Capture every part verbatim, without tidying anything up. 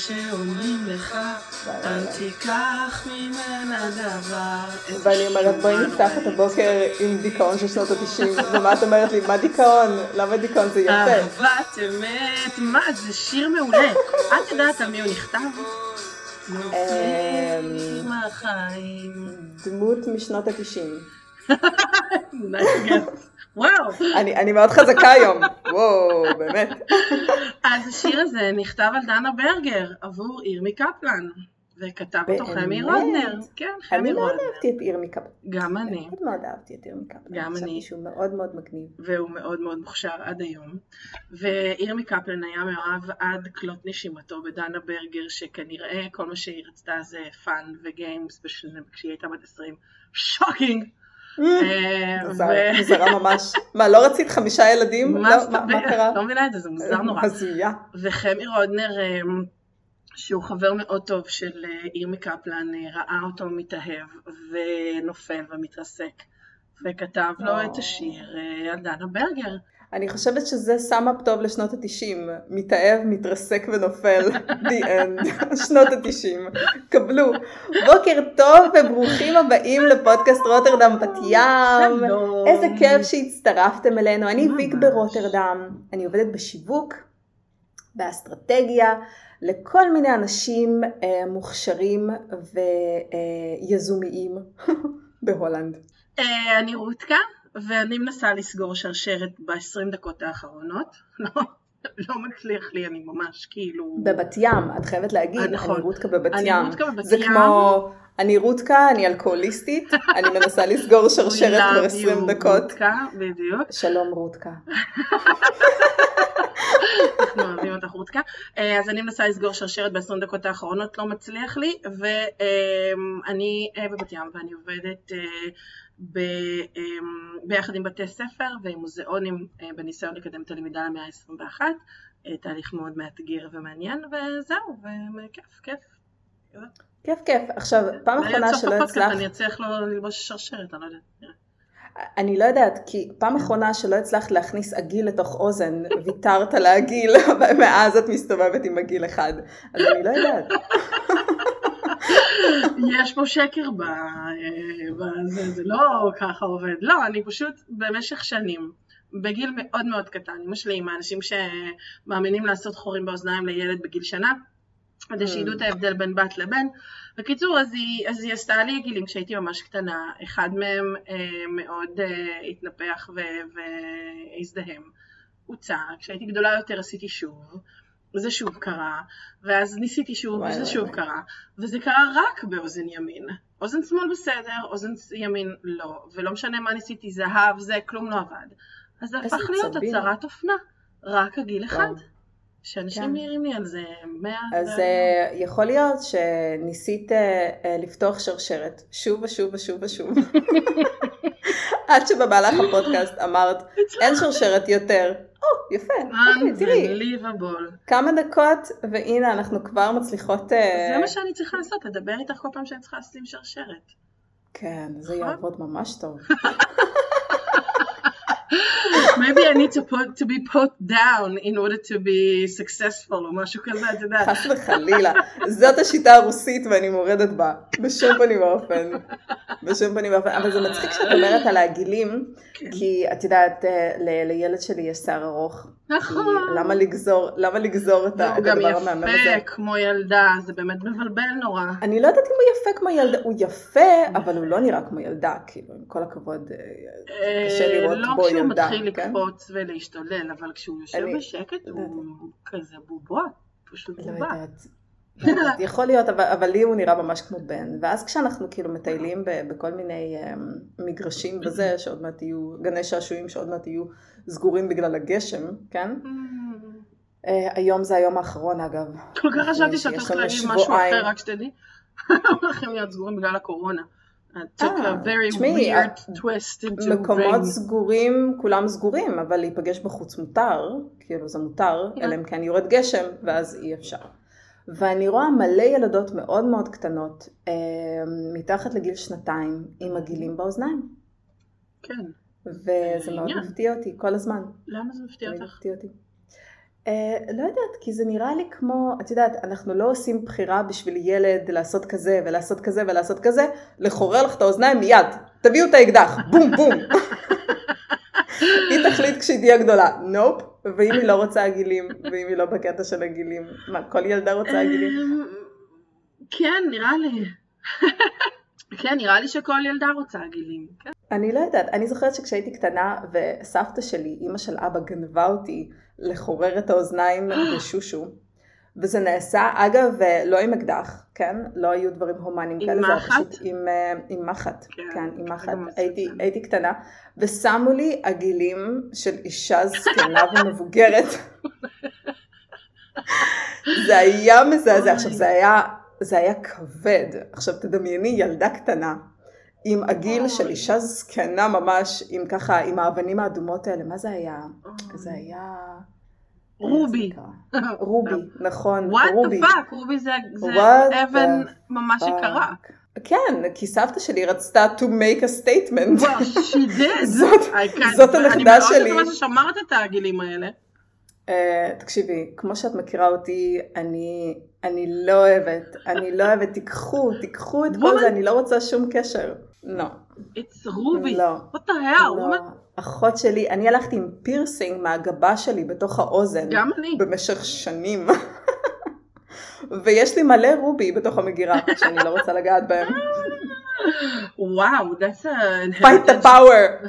שאומרים לך, אל תיקח ממנה דבר. ואני אומרת, בואי נפתח את הבוקר עם דיכאון של שנות ה-תשעים, ומה את אומרת לי, מה דיכאון? למה דיכאון זה יפה? אהבת אמת, מה, זה שיר מעולה. את יודעת על מי הוא נכתב? נופלים החיים. דמות משנות ה-תשעים. וואו. אני, אני מאוד חזקה היום. וואו, באמת. אז השיר הזה נכתב על דנה ברגר עבור ירמי קפלן, וכתב אותו חמי רודנר. כן, חמי רודנר. אני מאוד אהבתי את ירמי קפלן. גם אני. מאוד מאוד אהבתי את ירמי קפלן. גם אני. חשבתי שהוא מאוד מאוד מגניב. והוא מאוד מאוד מוכשר עד היום. וירמי קפלן היה מאוהב עד כלות נשימתו בדנה ברגר, שכנראה כל מה שהיא רצתה זה פאן וגיימס כשהיא הייתה בת עשרים. שוקינג! מוזרה ממש. מה, לא רצית חמישה ילדים? מה קרה? לא מבינה את זה, זה מוזר נורא. הזויה. וחמי רודנר, שהוא חבר מאוד טוב של ירמי קפלן, ראה אותו מתאהב ונופל ומתרסק, וכתב לו את השיר על דנה ברגר. אני חושבת שזה סאם-אפ טוב לשנות ה-תשעים, מתאהב, מתרסק ונופל, the end, שנות ה-תשעים, קבלו. בוקר טוב וברוכים הבאים לפודקאסט רוטרדם בת ים, איזה כיף שהצטרפתם אלינו, אני ויק ברוטרדם, אני עובדת בשיווק, באסטרטגיה, לכל מיני אנשים אה, מוכשרים ויזומיים בהולנד. אה, אני רותקה. ואני מנסה לסגור שרשרת ב-עשרים דקות האחרונות. לא, לא מצליח לי, אני ממש כאילו... בבת ים, את חייבת להגיד, נכון. אני רותקה בבת אני ים. רותקה בבת זה ים. כמו, אני רותקה, אני אלכוהוליסטית, אני מנסה לסגור שרשרת כבר עשרים דקות. רותקה, בדיוק. שלום רותקה. אנחנו אוהבים אותך רותקה. אז אני מנסה לסגור שרשרת ב-עשרים דקות האחרונות, לא מצליח לי, ואני בבת ים, ואני עובדת... ב, ביחד עם בתי ספר ועם מוזיאונים בניסיון לקדם את הלמידה למאה ה-עשרים ואחת, תהליך מאוד מאתגר ומעניין, וזהו, וכיף, כיף. כיף, כיף. עכשיו, פעם אחרונה שלא הצלחת... אני אצליח לו ללבוש שרשרת, אני לא יודעת. אני לא יודעת, כי פעם אחרונה שלא הצלחת להכניס עגיל לתוך אוזן, ויתרת לעגיל, ומאז את מסתובבת עם עגיל אחד. אז אני לא יודעת. יש פה שקר בזה, זה לא ככה עובד. לא, אני פשוט במשך שנים, בגיל מאוד מאוד קטן, אמא שלי עם האנשים שמאמינים לעשות חורים באוזניים לילד בגיל שנה, עד שידעו את ההבדל בין בת לבן. בקיצור, אז היא, אז היא עשתה לי גילים כשהייתי ממש קטנה, אחד מהם אה, מאוד אה, התנפח והזדהם. הוא צע, כשהייתי גדולה יותר עשיתי שוב, וזה שוב קרה, ואז ניסיתי שוב, וואי, וזה וואי, שוב וואי. קרה, וזה קרה רק באוזן ימין. אוזן שמאל בסדר, אוזן ימין לא, ולא משנה מה ניסיתי, זהב, זה, כלום לא עבד. אז זה הפך להיות הצהרת אופנה, רק הגיל אחד. וואו. שאנשים כן. מעירים לי על זה מאה... אז uh, יכול להיות שניסית uh, לפתוח שרשרת, שוב ושוב ושוב ושוב. עד שבמהלך הפודקאסט אמרת, אין שרשרת יותר. או, יפה. Unbelievable. כמה דקות, והנה אנחנו כבר מצליחות... זה מה שאני צריכה לעשות, לדבר איתך כל פעם שאני צריכה לשים שרשרת. כן, זה יעבוד ממש טוב. Maybe I need to put to be put down in order to be successful או משהו כזה, את יודעת. חס וחלילה. זאת השיטה הרוסית ואני מורדת בה. בשום פנים ואופן. בשום פנים ואופן. אבל זה מצחיק שאת אומרת על הגילים, כי את יודעת, לילד שלי יש שיער ארוך. נכון. למה לגזור, למה לגזור את הדבר המאמן הזה? הוא גם יפה כמו ילדה, זה באמת מבלבל נורא. אני לא יודעת אם הוא יפה כמו ילדה, הוא יפה, אבל הוא לא נראה כמו ילדה, כאילו, עם כל הכבוד, קשה לראות בו ילדה. לא כשהוא מתחיל לקפוץ ולהשתולל, אבל כשהוא יושב בשקט, הוא כזה בובה, פשוט בובה. יכול להיות, אבל לי הוא נראה ממש כמו בן, ואז כשאנחנו כאילו מטיילים בכל מיני מגרשים וזה, שעוד מעט יהיו, גני שעשועים שעוד מעט יהיו סגורים בגלל הגשם, כן? היום זה היום האחרון אגב. כל כך חשבתי שאת הולכת להגיד משהו אחר, רק שתדעי. הולכים להיות סגורים בגלל הקורונה. took a very weird twist into rain. מקומות סגורים, כולם סגורים, אבל להיפגש בחוץ מותר, כאילו זה מותר, אלא אם כן יורד גשם, ואז אי אפשר. ואני רואה מלא ילדות מאוד מאוד קטנות, מתחת לגיל שנתיים, עם הגילים באוזניים. כן. וזה מאוד מפתיע אותי כל הזמן. למה זה מפתיע אותך? מפתיע אותי. לא יודעת, כי זה נראה לי כמו, את יודעת, אנחנו לא עושים בחירה בשביל ילד לעשות כזה ולעשות כזה ולעשות כזה, לחורר לך את האוזניים מיד, תביאו את האקדח, בום בום. היא תחליט כשהיא תהיה גדולה, נופ, ואם היא לא רוצה עגילים, ואם היא לא בקטע של עגילים, מה, כל ילדה רוצה עגילים? כן, נראה לי. כן, נראה לי שכל ילדה רוצה עגילים. אני לא יודעת, אני זוכרת שכשהייתי קטנה, וסבתא שלי, אמא של אבא, גנבה אותי לחורר את האוזניים בשושו, וזה נעשה, אגב, לא עם אקדח, כן? לא היו דברים הומניים כאלה. עם מחט? עם, עם מחט, כן, כן עם מחט. הייתי, הייתי קטנה, ושמו לי עגילים של אישה זקנה ומבוגרת. זה היה מזעזע. עכשיו, זה היה, זה היה כבד. עכשיו, תדמייני, ילדה קטנה, עם עגיל של אישה זקנה ממש, עם ככה, עם האבנים האדומות האלה. מה זה היה? זה היה... רובי. רובי, נכון, רובי. What the fuck? רובי זה אבן ממש יקרה. כן, כי סבתא שלי רצתה to make a statement. Well, she did. זאת הנכדה שלי. אני מאוד חושבת ששמרת את העגילים האלה. תקשיבי, כמו שאת מכירה אותי, אני אני לא אוהבת, אני לא אוהבת, תיקחו, תיקחו את כל זה, אני לא רוצה שום קשר. לא. It's רובי. לא. What the hell? לא. אחות שלי, אני הלכתי עם פירסינג מהגבה שלי בתוך האוזן. גם אני. במשך שנים. ויש לי מלא רובי בתוך המגירה, שאני לא רוצה לגעת בהם. וואו, that's a... Fight the power.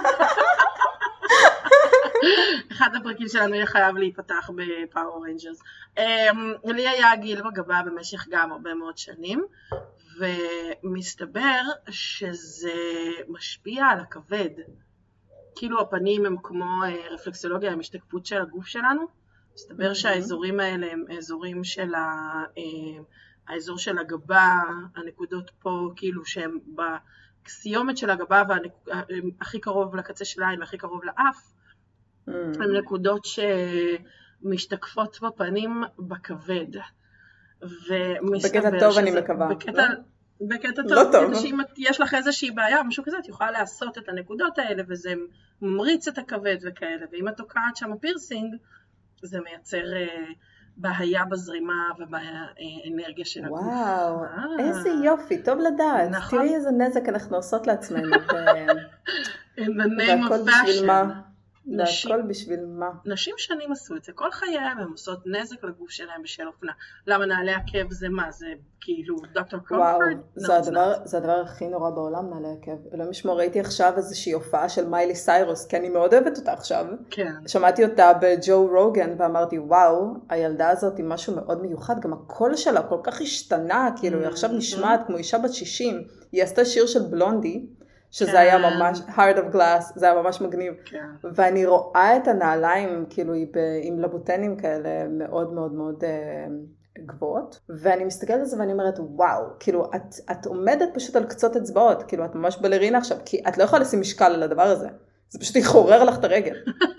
אחד הפרקים שלנו יהיה חייב להיפתח בפאוור ריינג'רס. לי היה גיל בגבה במשך גם הרבה מאוד שנים, ומסתבר שזה משפיע על הכבד. כאילו הפנים הם כמו רפלקסולוגיה, הם השתקפות של הגוף שלנו. מסתבר שהאזורים האלה הם אזורים של ה... האזור של הגבה, הנקודות פה כאילו שהם בסיומת של הגבה והכי קרוב לקצה של העין והכי קרוב לאף, הן נקודות שמשתקפות בפנים בכבד. בקטע טוב אני מקווה. בקטע טוב, שאם יש לך איזושהי בעיה, משהו כזה, את יכולה לעשות את הנקודות האלה, וזה ממריץ את הכבד וכאלה, ואם את תוקעת שם הפירסינג, זה מייצר בעיה בזרימה ובאנרגיה של הגוף. וואו, איזה יופי, טוב לדעת. תראי איזה נזק אנחנו עושות לעצמנו. והכל בשביל מה? והכל בשביל מה? נשים שנים עשו את זה, כל חייהם הם עושות נזק לגוף שלהם בשל אופנה. למה נעלי עקב זה מה? זה כאילו דוקטור קומפורד? וואו, זה הדבר הכי נורא בעולם, נעלי עקב. אלוהים ישמור, ראיתי עכשיו איזושהי הופעה של מיילי סיירוס, כי אני מאוד אוהבת אותה עכשיו. כן. שמעתי אותה בג'ו רוגן, ואמרתי, וואו, הילדה הזאת היא משהו מאוד מיוחד, גם הקול שלה כל כך השתנה, כאילו היא עכשיו נשמעת כמו אישה בת שישים. היא עשתה שיר של בלונדי, שזה כן. היה ממש, Heart of Glass, זה היה ממש מגניב. כן. ואני רואה את הנעליים, כאילו, עם לבוטנים כאלה מאוד מאוד מאוד אה, גבוהות, ואני מסתכלת על זה ואני אומרת, וואו, כאילו, את, את עומדת פשוט על קצות אצבעות, כאילו, את ממש בלרינה עכשיו, כי את לא יכולה לשים משקל על הדבר הזה, זה פשוט יחורר לך את הרגל.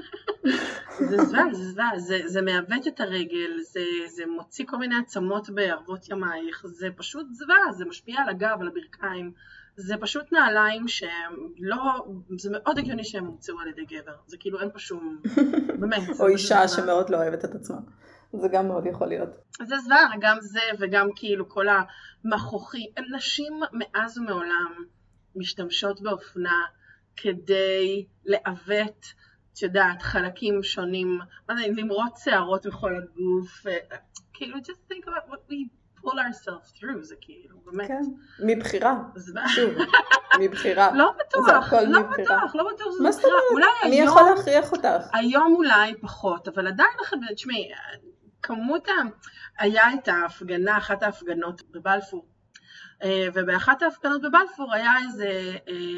זה זווה, זה זווה, זה, זה מעוות את הרגל, זה, זה מוציא כל מיני עצמות בערבות ימייך, זה פשוט זווה, זה משפיע על הגב, על הברכיים, זה פשוט נעליים שהם לא, זה מאוד הגיוני שהם מומצאו על ידי גבר, זה כאילו אין פה שום, באמת. או אישה שמאוד לא אוהבת את עצמה, זה גם מאוד יכול להיות. זה זווה, גם זה וגם כאילו כל המכוחי, נשים מאז ומעולם משתמשות באופנה כדי לעוות, את יודעת, חלקים שונים, למרות שערות בכל הגוף, כאילו just think about what we pull ourselves through, זה כאילו, באמת. כן, מבחירה, שוב, מבחירה. לא בטוח, לא בטוח, לא בטוח זה מבחירה. אולי מי יכול להכריח אותך? היום אולי פחות, אבל עדיין לכם, תשמעי, כמות, היה את ההפגנה, אחת ההפגנות בבלפור, ובאחת ההפגנות בבלפור היה איזה,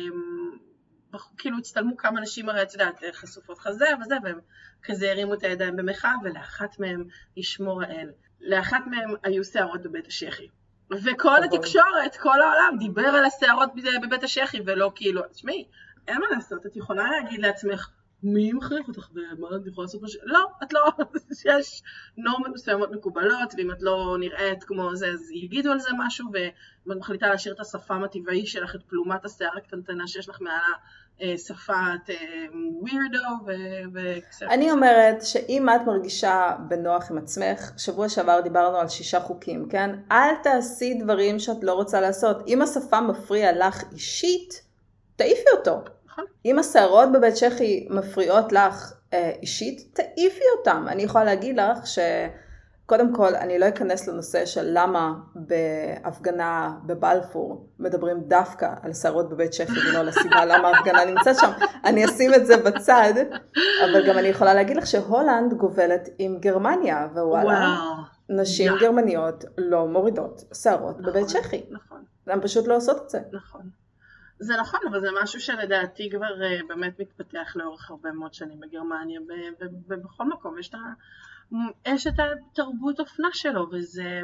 כאילו הצטלמו כמה נשים הרי, את יודעת, חשופות חזה וזה, והם כזה הרימו את הידיים במחאה, ולאחת מהם ישמור האל. לאחת מהם היו שערות בבית השחי. וכל התקשורת, כל העולם דיבר על השערות בבית השחי, ולא כאילו, תשמעי, אין מה לעשות, את יכולה להגיד לעצמך, מי מכריח אותך במה את יכולה לעשות משהו? לא, את לא, יש נורמות מסוימות מקובלות, ואם את לא נראית כמו זה, אז יגידו על זה משהו, ואת מחליטה להשאיר את השפם הטבעי שלך, את פלומת השיער הקטנטנה שיש לך מעל השפת ווירדו, ו... אני אומרת שאם את מרגישה בנוח עם עצמך, שבוע שעבר דיברנו על שישה חוקים, כן? אל תעשי דברים שאת לא רוצה לעשות. אם השפם מפריע לך אישית, תעיפי אותו. אם השערות בבית שחי מפריעות לך אה, אישית, תעיפי אותם. אני יכולה להגיד לך שקודם כל אני לא אכנס לנושא של למה בהפגנה בבלפור מדברים דווקא על שערות בבית שחי ולא לסיבה למה ההפגנה נמצאת שם. אני אשים את זה בצד, אבל גם אני יכולה להגיד לך שהולנד גובלת עם גרמניה, ווואלה, נשים גרמניות לא מורידות שערות בבית שחי. נכון. הן פשוט לא עושות את זה. נכון. זה נכון, אבל זה משהו שלדעתי כבר באמת מתפתח לאורך הרבה מאוד שנים בגרמניה, ובכל מקום יש את, יש את התרבות אופנה שלו, וזה,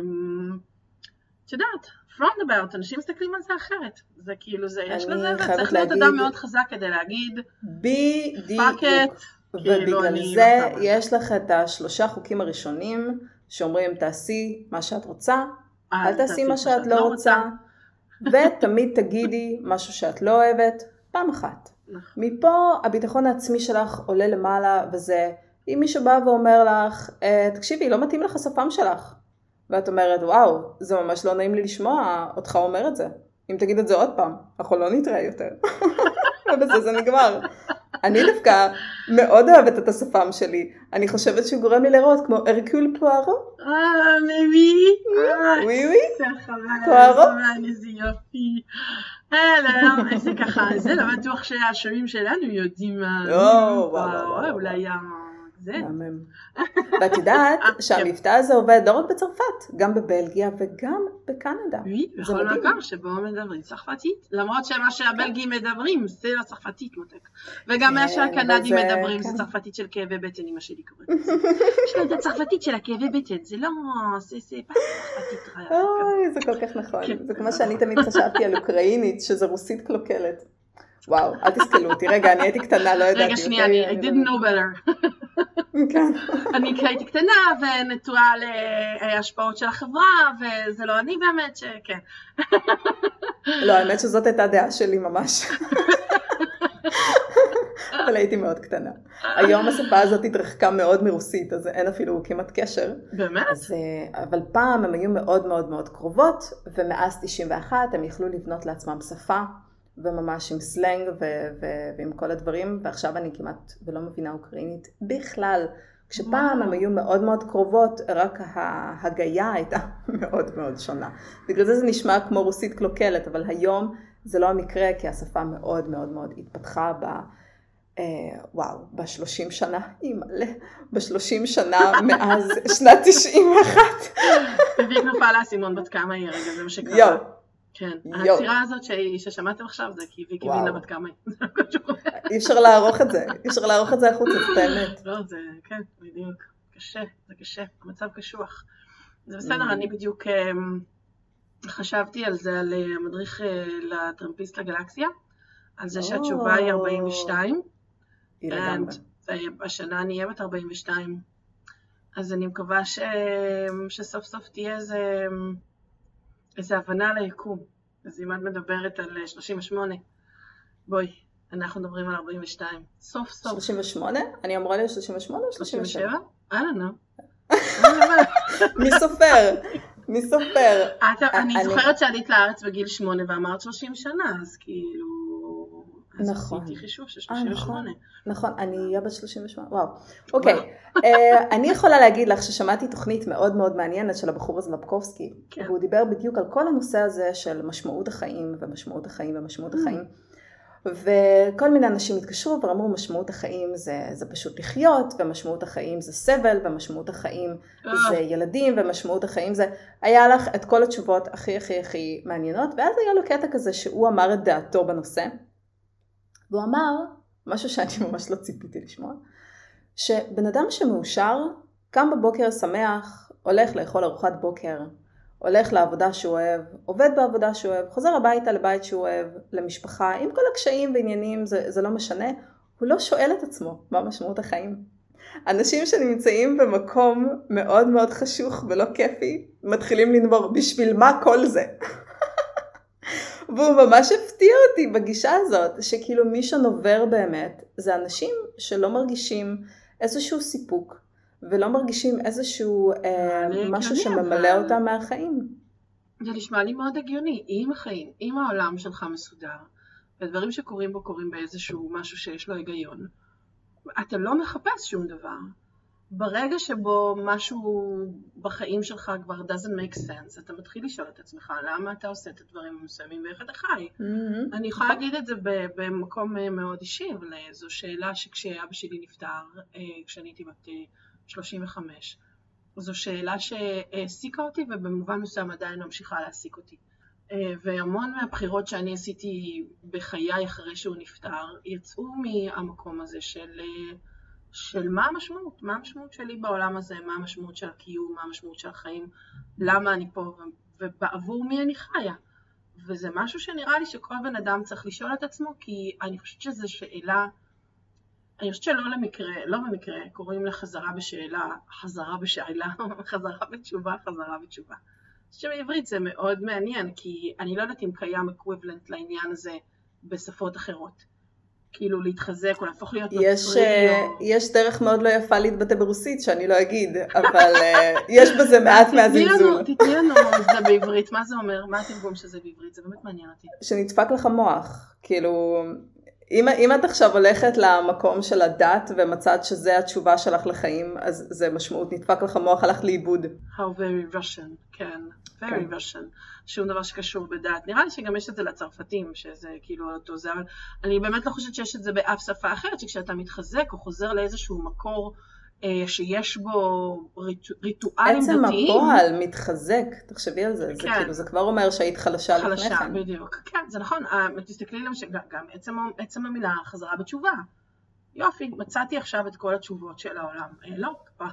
את יודעת, from the bird, אנשים מסתכלים על זה אחרת, זה כאילו, זה, יש לזה, וצריך להיות אדם מאוד חזק כדי להגיד, בדיוק, ובגלל זה יש לך את השלושה חוקים הראשונים, שאומרים תעשי מה שאת רוצה, אל תעשי מה שאת לא רוצה, ותמיד תגידי משהו שאת לא אוהבת, פעם אחת. מפה הביטחון העצמי שלך עולה למעלה, וזה, אם מישהו בא ואומר לך, תקשיבי, לא מתאים לך השפם שלך. ואת אומרת, וואו, זה ממש לא נעים לי לשמוע אותך אומר את זה. אם תגיד את זה עוד פעם, אנחנו לא נתראה יותר. ובזה זה נגמר. אני דווקא מאוד אוהבת את השפם שלי. אני חושבת שהוא גורם לי לראות כמו ארקול פוארו. אה, מבי. ווי ווי. פוארו. איזה יופי. אה, לא, איזה ככה, זה לא בטוח שהשומעים שלנו יודעים מה. וואו, וואו. אולי היה... זה. ואת יודעת שהמבטא הזה עובד לא רק בצרפת, גם בבלגיה וגם בקנדה. וואי, בכל מקום שבו מדברים צרפתית, למרות שמה שהבלגים מדברים זה לא צרפתית מותק. וגם מה שהקנדים מדברים זה צרפתית של כאבי בטן, אמא שלי קוראת. יש לו את הצרפתית של הכאבי בטן, זה לא, זה pas צרפתית רעה. אוי, זה כל כך נכון. זה כמו שאני תמיד חשבתי על אוקראינית, שזה רוסית קלוקלת. וואו, אל תסכלו אותי. רגע, אני הייתי קטנה, לא ידעתי. רגע, שנייה, אני, I didn't know better. כן. אני הייתי קטנה ונטועה להשפעות של החברה, וזה לא אני באמת שכן. לא, האמת שזאת הייתה דעה שלי ממש. אבל הייתי מאוד קטנה. היום השפה הזאת התרחקה מאוד מרוסית, אז אין אפילו כמעט קשר. באמת? אז, אבל פעם הם היו מאוד מאוד מאוד קרובות, ומאז תשעים ואחת הם יכלו לבנות לעצמם שפה, וממש עם סלנג ו- ו- ועם כל הדברים, ועכשיו אני כמעט ולא מבינה אוקראינית בכלל. כשפעם הם היו מאוד מאוד קרובות, רק ההגייה הייתה מאוד מאוד שונה. בגלל זה זה נשמע כמו רוסית קלוקלת, אבל היום זה לא המקרה, כי השפה מאוד מאוד מאוד התפתחה ב... אה, וואו, בשלושים שנה, היא מלא, בשלושים שנה מאז שנת תשעים ואחת. תביאי נופל לאסימון בת כמה היא רגע, זה מה שקרה. יו. כן, העצירה הזאת ששמעתם עכשיו זה כי ויקי וינה בת כמה היא. אי אפשר לערוך את זה, אי אפשר לערוך את זה החוצה, זה באמת. לא, זה, כן, בדיוק, קשה, זה קשה, המצב קשוח. זה בסדר, אני בדיוק חשבתי על זה, על המדריך לטרמפיסט לגלקסיה, על זה שהתשובה היא ארבעים ושתיים, והשנה אני אהיה בת ארבעים ושתיים, אז אני מקווה שסוף סוף תהיה איזה... איזו הבנה ליקום. אז אם את מדברת על שלושים ושמונה, בואי, אנחנו מדברים על ארבעים ושתיים. סוף סוף. שלושים ושמונה? אני אמורה להיות שלושים ושמונה או שלושים ושבע? I don't know. מי סופר? מי סופר? אני זוכרת שעלית לארץ בגיל שמונה ואמרת שלושים שנה, אז כאילו... נכון. עשיתי חישוב של שלושים ושמונה. נכון, אני אהיה בת שלושים ושמונה, וואו. אוקיי, אני יכולה להגיד לך ששמעתי תוכנית מאוד מאוד מעניינת של הבחור הזה לבקובסקי, והוא דיבר בדיוק על כל הנושא הזה של משמעות החיים ומשמעות החיים ומשמעות החיים, וכל מיני אנשים התקשרו ואמרו משמעות החיים זה, זה פשוט לחיות, ומשמעות החיים זה סבל, ומשמעות החיים זה ילדים, ומשמעות החיים זה... היה לך את כל התשובות הכי הכי הכי מעניינות, ואז היה לו קטע כזה שהוא אמר את דעתו בנושא, והוא אמר, משהו שאני ממש לא ציפיתי לשמוע, שבן אדם שמאושר, קם בבוקר שמח, הולך לאכול ארוחת בוקר, הולך לעבודה שהוא אוהב, עובד בעבודה שהוא אוהב, חוזר הביתה לבית שהוא אוהב, למשפחה, עם כל הקשיים ועניינים, זה, זה לא משנה, הוא לא שואל את עצמו מה משמעות החיים. אנשים שנמצאים במקום מאוד מאוד חשוך ולא כיפי, מתחילים לנבור בשביל מה כל זה. והוא ממש הפתיע אותי בגישה הזאת, שכאילו מי שנובר באמת, זה אנשים שלא מרגישים איזשהו סיפוק, ולא מרגישים איזשהו אה, משהו שממלא אבל... אותם מהחיים. זה נשמע לי מאוד הגיוני, אם החיים, אם העולם שלך מסודר, ודברים שקורים בו קורים באיזשהו משהו שיש לו היגיון, אתה לא מחפש שום דבר. ברגע שבו משהו בחיים שלך כבר doesn't make sense, אתה מתחיל לשאול את עצמך, למה אתה עושה את הדברים המסוימים ואיך אתה חי? Mm-hmm. אני יכולה להגיד את זה במקום מאוד אישי, אבל זו שאלה שכשאבא שלי נפטר, כשאני הייתי בת שלושים וחמש, זו שאלה שהעסיקה אותי ובמובן מסוים עדיין ממשיכה להעסיק אותי. והמון מהבחירות שאני עשיתי בחיי אחרי שהוא נפטר, יצאו מהמקום הזה של... של מה המשמעות, מה המשמעות שלי בעולם הזה, מה המשמעות של הקיום, מה המשמעות של החיים, למה אני פה ובעבור מי אני חיה. וזה משהו שנראה לי שכל בן אדם צריך לשאול את עצמו, כי אני חושבת שזו שאלה, אני חושבת שלא למקרה, לא במקרה, קוראים לחזרה בשאלה, חזרה בשאלה, חזרה בתשובה, חזרה בתשובה. אני חושבת שבעברית זה מאוד מעניין, כי אני לא יודעת אם קיים אקוויבלנט לעניין הזה בשפות אחרות. כאילו להתחזק או להפוך להיות נוצרי. או... יש דרך מאוד לא יפה להתבטא ברוסית שאני לא אגיד, אבל יש בזה מעט מהזלזול. תתני לנו זה בעברית, מה זה אומר? מה התרגום שזה בעברית? זה באמת מעניין אותי. שנדפק לך מוח, כאילו, אם, אם את עכשיו הולכת למקום של הדת ומצאת שזה התשובה שלך לחיים, אז זה משמעות, נדפק לך מוח, הלך לאיבוד. How very Russian, כן. very Russian, שום דבר שקשור בדת. נראה לי שגם יש את זה לצרפתים, שזה כאילו אותו זה, אבל אני באמת לא חושבת שיש את זה באף שפה אחרת, שכשאתה מתחזק או חוזר לאיזשהו מקור אה, שיש בו ריטו, ריטואלים דתיים. עצם הפועל מתחזק, תחשבי על זה, כן. זה כאילו, זה כבר אומר שהיית חלשה לפני כן. חלשה, בדיוק, כן, זה נכון, תסתכלי למשל, גם עצם, עצם המילה חזרה בתשובה. יופי, מצאתי עכשיו את כל התשובות של העולם. אה, לא,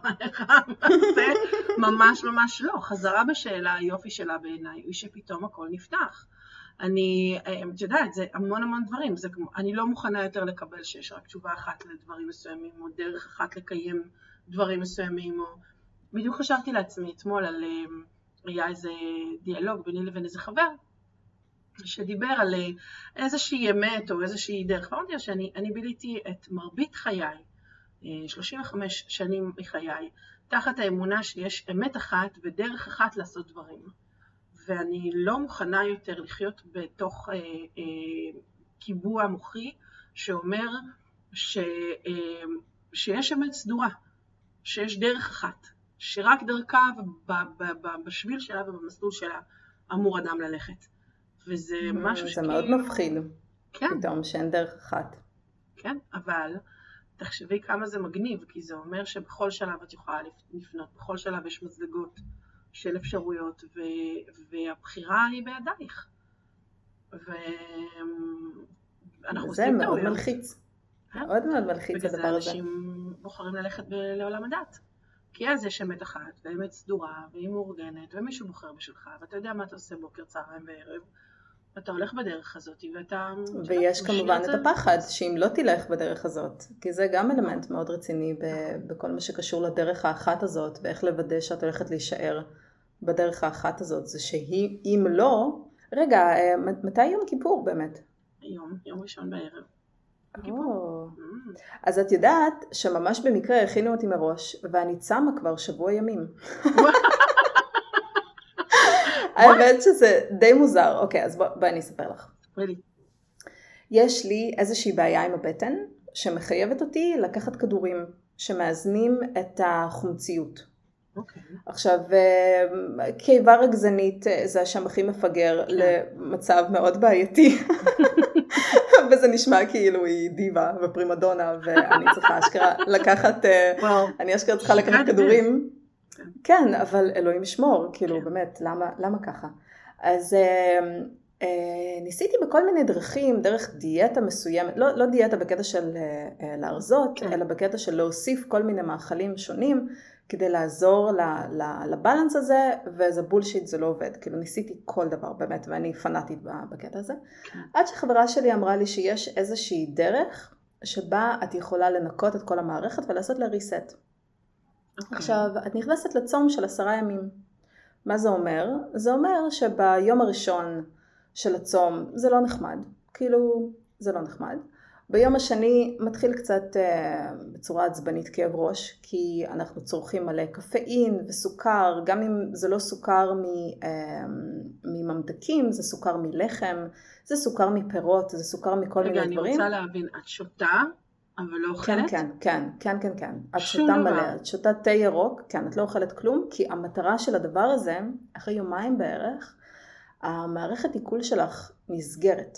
זה ממש ממש לא. חזרה בשאלה, היופי שלה בעיניי, היא שפתאום הכל נפתח. אני, את יודעת, זה המון המון דברים. זה, אני לא מוכנה יותר לקבל שיש רק תשובה אחת לדברים מסוימים, או דרך אחת לקיים דברים מסוימים, או... בדיוק חשבתי לעצמי אתמול על... היה איזה דיאלוג ביני לבין איזה חבר, שדיבר על איזושהי אמת או איזושהי דרך. אמרתי לה שאני אני ביליתי את מרבית חיי, שלושים וחמש שנים מחיי, תחת האמונה שיש אמת אחת ודרך אחת לעשות דברים. ואני לא מוכנה יותר לחיות בתוך אה, אה, קיבוע מוחי שאומר ש, אה, שיש אמת סדורה, שיש דרך אחת, שרק דרכה בשביל שלה ובמסלול שלה אמור אדם ללכת. וזה משהו שכאילו... זה מאוד מפחיד. כן. פתאום שאין דרך אחת. כן, אבל תחשבי כמה זה מגניב, כי זה אומר שבכל שלב את יכולה לפנות, בכל שלב יש מזלגות של אפשרויות, ו... והבחירה היא בידייך. ואנחנו זה מאוד מלחיץ. מאוד מאוד מלחיץ הדבר הזה. בגלל זה אנשים בוחרים ללכת ב... לעולם הדת. כי אז יש אמת אחת, ואמת סדורה, והיא מאורגנת, ומישהו בוחר בשבילך, ואתה יודע מה אתה עושה בוקר, צהריים וערב, ואתה הולך בדרך הזאת, ואתה... ויש כמובן את הפחד, שאם לא תלך בדרך הזאת, כי זה גם אלמנט מאוד רציני בכל מה שקשור לדרך האחת הזאת, ואיך לוודא שאת הולכת להישאר בדרך האחת הזאת, זה שהיא, אם לא... רגע, מתי יום כיפור באמת? יום, יום ראשון בערב. אז את יודעת שממש במקרה הכינו אותי מראש, ואני צמה כבר שבוע ימים. האמת שזה די מוזר. אוקיי, אז בואי אני אספר לך. יש לי איזושהי בעיה עם הבטן, שמחייבת אותי לקחת כדורים, שמאזנים את החומציות. עכשיו, קיבה רגזנית זה השם הכי מפגר למצב מאוד בעייתי. וזה נשמע כאילו היא דיבה ופרימדונה, ואני צריכה אשכרה לקחת, אני אשכרה צריכה לקחת כדורים. כן, אבל אלוהים ישמור, כאילו באמת, למה ככה? אז ניסיתי בכל מיני דרכים, דרך דיאטה מסוימת, לא דיאטה בקטע של להרזות, אלא בקטע של להוסיף כל מיני מאכלים שונים, כדי לעזור לבלנס הזה, וזה בולשיט, זה לא עובד. כאילו ניסיתי כל דבר באמת, ואני פנאטית בקטע הזה. עד שחברה שלי אמרה לי שיש איזושהי דרך, שבה את יכולה לנקות את כל המערכת ולעשות לה ריסט. אוקיי. עכשיו, את נכנסת לצום של עשרה ימים. מה זה אומר? זה אומר שביום הראשון של הצום זה לא נחמד. כאילו, זה לא נחמד. ביום השני מתחיל קצת אה, בצורה עצבנית כאב ראש, כי אנחנו צורכים מלא קפאין וסוכר, גם אם זה לא סוכר מ, אה, מממתקים, זה סוכר מלחם, זה סוכר מפירות, זה סוכר מכל רגע, מיני אני דברים. רוצה להבין, את שותה, אבל לא אוכלת? כן, כן, כן, כן, כן. את שום שותה דבר. מלא, את שותה תה ירוק, כן, את לא אוכלת כלום, כי המטרה של הדבר הזה, אחרי יומיים בערך, המערכת עיכול שלך נסגרת.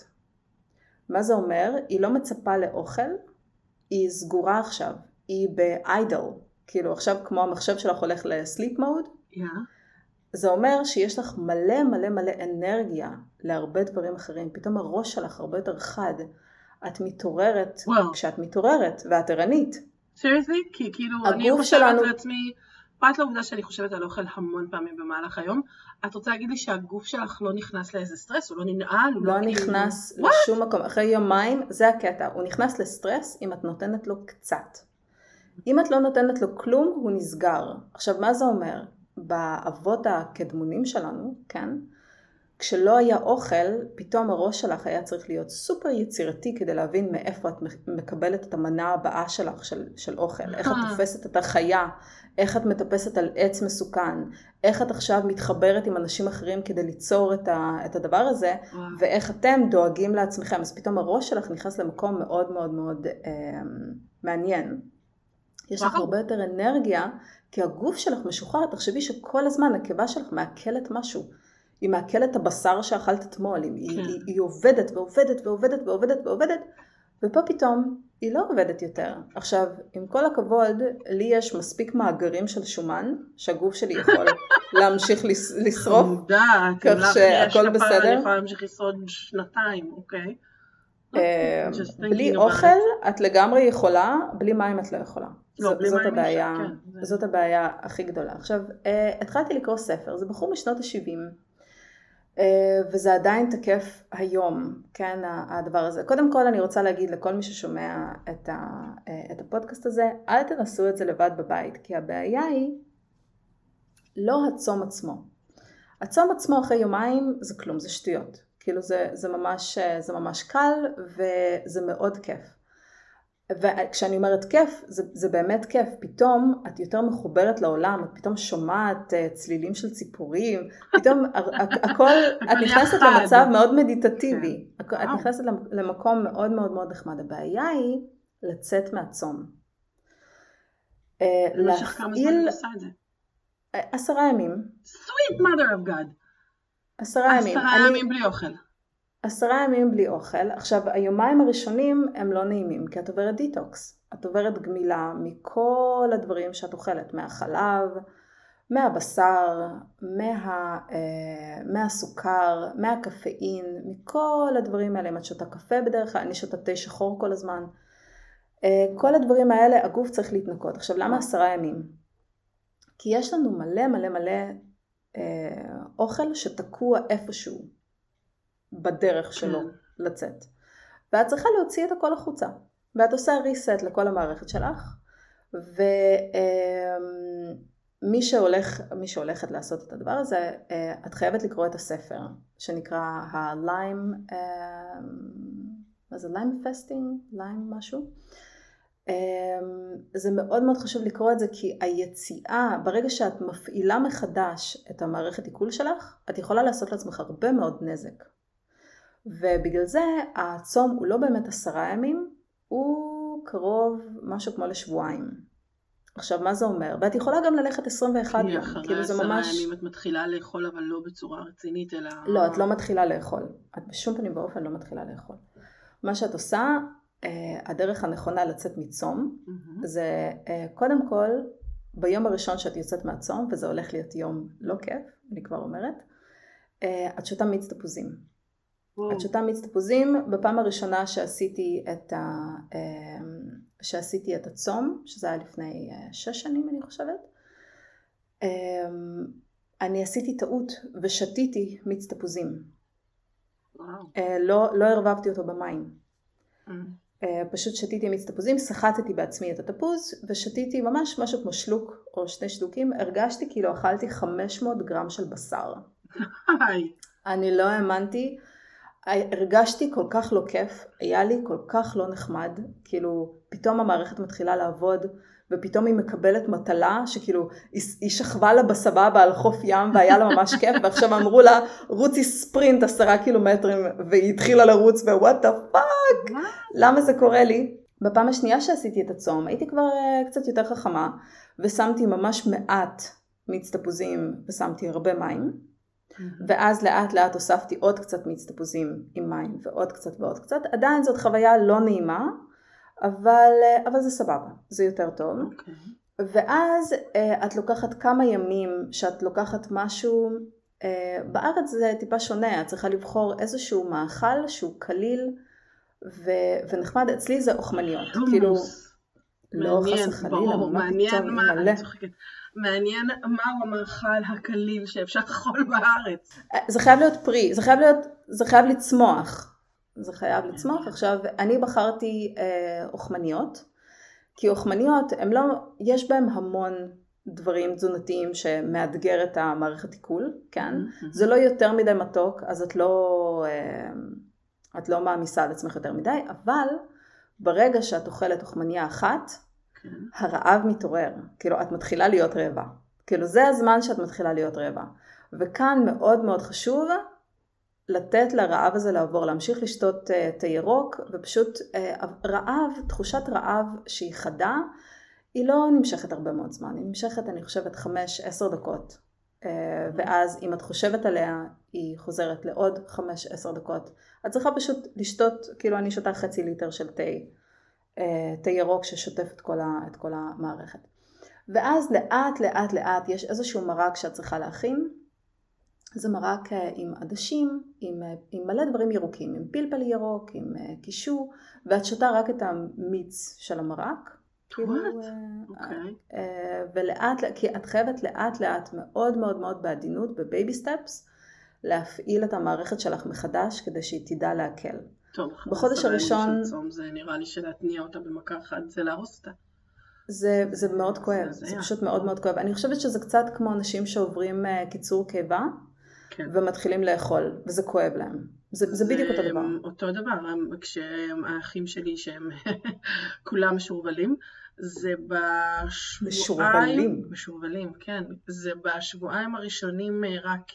מה זה אומר? היא לא מצפה לאוכל, היא סגורה עכשיו, היא ב-idle, כאילו עכשיו כמו המחשב שלך הולך ל-sleep mode, Yeah. זה אומר שיש לך מלא מלא מלא אנרגיה להרבה דברים אחרים, פתאום הראש שלך הרבה יותר חד, את מתעוררת, וואו. כשאת מתעוררת ואת ערנית. סיריוסלי? כי כאילו אני הגוף חושבת שלנו- לעצמי, פרט לעובדה שאני חושבת על אוכל המון פעמים במהלך היום, את רוצה להגיד לי שהגוף שלך לא נכנס לאיזה סטרס, הוא לא ננעל, הוא לא, לא כאילו... נכנס What? לשום מקום, אחרי יומיים, זה הקטע, הוא נכנס לסטרס אם את נותנת לו קצת. אם את לא נותנת לו כלום, הוא נסגר. עכשיו, מה זה אומר? באבות הקדמונים שלנו, כן? כשלא היה אוכל, פתאום הראש שלך היה צריך להיות סופר יצירתי כדי להבין מאיפה את מקבלת את המנה הבאה שלך של, של אוכל. איך את תופסת את החיה, איך את מטפסת על עץ מסוכן, איך את עכשיו מתחברת עם אנשים אחרים כדי ליצור את, ה, את הדבר הזה, ואיך אתם דואגים לעצמכם. אז פתאום הראש שלך נכנס למקום מאוד מאוד מאוד אה, מעניין. יש לך הרבה יותר אנרגיה, כי הגוף שלך משוחרר. תחשבי שכל הזמן הקיבה שלך מעכלת משהו. היא מעכלת את הבשר שאכלת אתמול, היא, היא, היא, היא עובדת ועובדת ועובדת ועובדת ועובדת, ופה פתאום היא לא עובדת יותר. עכשיו, עם כל הכבוד, לי יש מספיק מאגרים של שומן, שהגוף שלי יכול להמשיך לשרוף, כך שהכל בסדר. אני יכולה להמשיך לשרוד שנתיים, אוקיי? בלי אוכל את לגמרי יכולה, בלי מים את לא יכולה. לא, בלי זאת מים הבעיה, כן, זאת הבעיה הכי גדולה. עכשיו, התחלתי לקרוא ספר, זה בחור משנות ה-שבעים, וזה עדיין תקף היום, כן, הדבר הזה. קודם כל אני רוצה להגיד לכל מי ששומע את, ה, את הפודקאסט הזה, אל תנסו את זה לבד בבית, כי הבעיה היא לא הצום עצמו. הצום עצמו אחרי יומיים זה כלום, זה שטויות. כאילו זה, זה ממש, זה ממש קל וזה מאוד כיף. וכשאני אומרת כיף, זה, זה באמת כיף. פתאום את יותר מחוברת לעולם, את פתאום שומעת צלילים של ציפורים, פתאום הכל, את נכנסת למצב מאוד מדיטטיבי. את נכנסת למקום מאוד מאוד מאוד נחמד. הבעיה היא לצאת מהצום. במשך כמה זמן את עושה את זה? עשרה ימים. Sweet mother of God. עשרה ימים. עשרה ימים בלי אוכל. עשרה ימים בלי אוכל. עכשיו, היומיים הראשונים הם לא נעימים, כי את עוברת דיטוקס. את עוברת גמילה מכל הדברים שאת אוכלת, מהחלב, מהבשר, מה, אה, מהסוכר, מהקפאין, מכל הדברים האלה. אם את שותה קפה בדרך כלל, אני שותה תה שחור כל הזמן. אה, כל הדברים האלה, הגוף צריך להתנקות. עכשיו, למה עשרה ימים? כי יש לנו מלא מלא מלא אה, אוכל שתקוע איפשהו. בדרך שלו לצאת. ואת צריכה להוציא את הכל החוצה. ואת עושה ריסט לכל המערכת שלך. ומי שהולך, מי שהולכת לעשות את הדבר הזה, את חייבת לקרוא את הספר, שנקרא הליים, מה זה? ליים פסטינג? ליים משהו? זה מאוד מאוד חשוב לקרוא את זה, כי היציאה, ברגע שאת מפעילה מחדש את המערכת עיכול שלך, את יכולה לעשות לעצמך הרבה מאוד נזק. ובגלל זה הצום הוא לא באמת עשרה ימים, הוא קרוב משהו כמו לשבועיים. עכשיו מה זה אומר? ואת יכולה גם ללכת עשרים ואחד יום. אחרי עשרה ימים את מתחילה לאכול, אבל לא בצורה רצינית, אלא... לא, את לא מתחילה לאכול. את בשום פנים באופן לא מתחילה לאכול. מה שאת עושה, הדרך הנכונה לצאת מצום, זה קודם כל, ביום הראשון שאת יוצאת מהצום, וזה הולך להיות יום לא כיף, אני כבר אומרת, את שותה מיץ תפוזים. את שותה מיץ תפוזים, בפעם הראשונה שעשיתי את, ה, שעשיתי את הצום, שזה היה לפני שש שנים אני חושבת, אני עשיתי טעות ושתיתי מיץ תפוזים. וואו. לא, לא הרבבתי אותו במים. Mm. פשוט שתיתי מיץ תפוזים, סחטתי בעצמי את התפוז, ושתיתי ממש משהו כמו שלוק או שני שלוקים, הרגשתי כאילו אכלתי חמש מאות גרם של בשר. אני לא האמנתי, הרגשתי כל כך לא כיף, היה לי כל כך לא נחמד, כאילו פתאום המערכת מתחילה לעבוד, ופתאום היא מקבלת מטלה, שכאילו היא שכבה לה בסבבה על חוף ים, והיה לה ממש כיף, ועכשיו אמרו לה, רוצי ספרינט עשרה קילומטרים, והיא התחילה לרוץ, ו-what the fuck? למה זה קורה לי? בפעם השנייה שעשיתי את הצום, הייתי כבר uh, קצת יותר חכמה, ושמתי ממש מעט מיץ תפוזים, ושמתי הרבה מים, ואז לאט לאט הוספתי עוד קצת מיץ תפוזים עם מים, ועוד קצת ועוד קצת. עדיין זאת חוויה לא נעימה, אבל, אבל זה סבבה, זה יותר טוב. Okay. ואז את לוקחת כמה ימים שאת לוקחת משהו, בארץ זה טיפה שונה, את צריכה לבחור איזשהו מאכל שהוא קליל ו, ונחמד. אצלי זה אוכמניות, כאילו לא חס וחלילה, מעניין מה, אני צוחקת. מעניין מהו המאכל הקליל שאפשר לאכול בארץ. זה חייב להיות פרי, זה חייב להיות, זה חייב לצמוח. זה חייב לצמוח. עכשיו, אני בחרתי אה, אוכמניות, כי אוכמניות, הם לא, יש בהם המון דברים תזונתיים שמאתגר את המערכת עיכול, כן? זה לא יותר מדי מתוק, אז את לא, אה, את לא מעמיסה על עצמך יותר מדי, אבל ברגע שאת אוכלת אוכמניה אחת, הרעב מתעורר, כאילו את מתחילה להיות רעבה, כאילו זה הזמן שאת מתחילה להיות רעבה, וכאן מאוד מאוד חשוב לתת לרעב הזה לעבור, להמשיך לשתות uh, תה ירוק, ופשוט uh, רעב, תחושת רעב שהיא חדה, היא לא נמשכת הרבה מאוד זמן, היא נמשכת אני חושבת חמש עשר דקות, uh, ואז אם את חושבת עליה, היא חוזרת לעוד חמש עשר דקות, את צריכה פשוט לשתות, כאילו אני שותה חצי ליטר של תה, תה ירוק ששוטף את כל, ה, את כל המערכת. ואז לאט לאט לאט יש איזשהו מרק שאת צריכה להכין. זה מרק עם עדשים, עם, עם מלא דברים ירוקים, עם פלפל ירוק, עם קישו, ואת שותה רק את המיץ של המרק. כאילו, okay. ולאט, כי את חייבת לאט לאט מאוד מאוד מאוד בעדינות, בבייבי סטפס, להפעיל את המערכת שלך מחדש כדי שהיא תדע להקל. טוב, בחודש הראשון זה נראה לי שלהתניע אותה במכה אחת זה להרוס אותה. זה, זה מאוד כואב, זה, זה פשוט מאוד מאוד כואב. אני חושבת שזה קצת כמו אנשים שעוברים קיצור קיבה, כן. ומתחילים לאכול, וזה כואב להם. זה, זה, זה בדיוק אותו דבר. אותו דבר, כשהאחים שלי שהם כולם משורבלים, זה בשבועיים, משורבלים. משורבלים, כן. זה בשבועיים הראשונים רק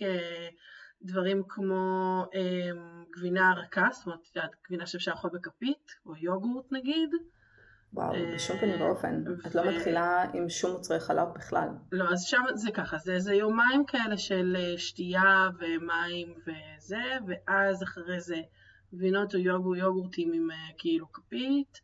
דברים כמו גבינה רכה, זאת אומרת, גבינה שאפשר לאכול בכפית, או יוגורט נגיד. וואו, בשום פנים ואופן. את לא מתחילה עם שום מוצרי חלב בכלל. לא, אז שם זה ככה, זה, זה יומיים כאלה של שתייה ומים וזה, ואז אחרי זה גבינות או יוגורט, יוגורטים עם כאילו כפית,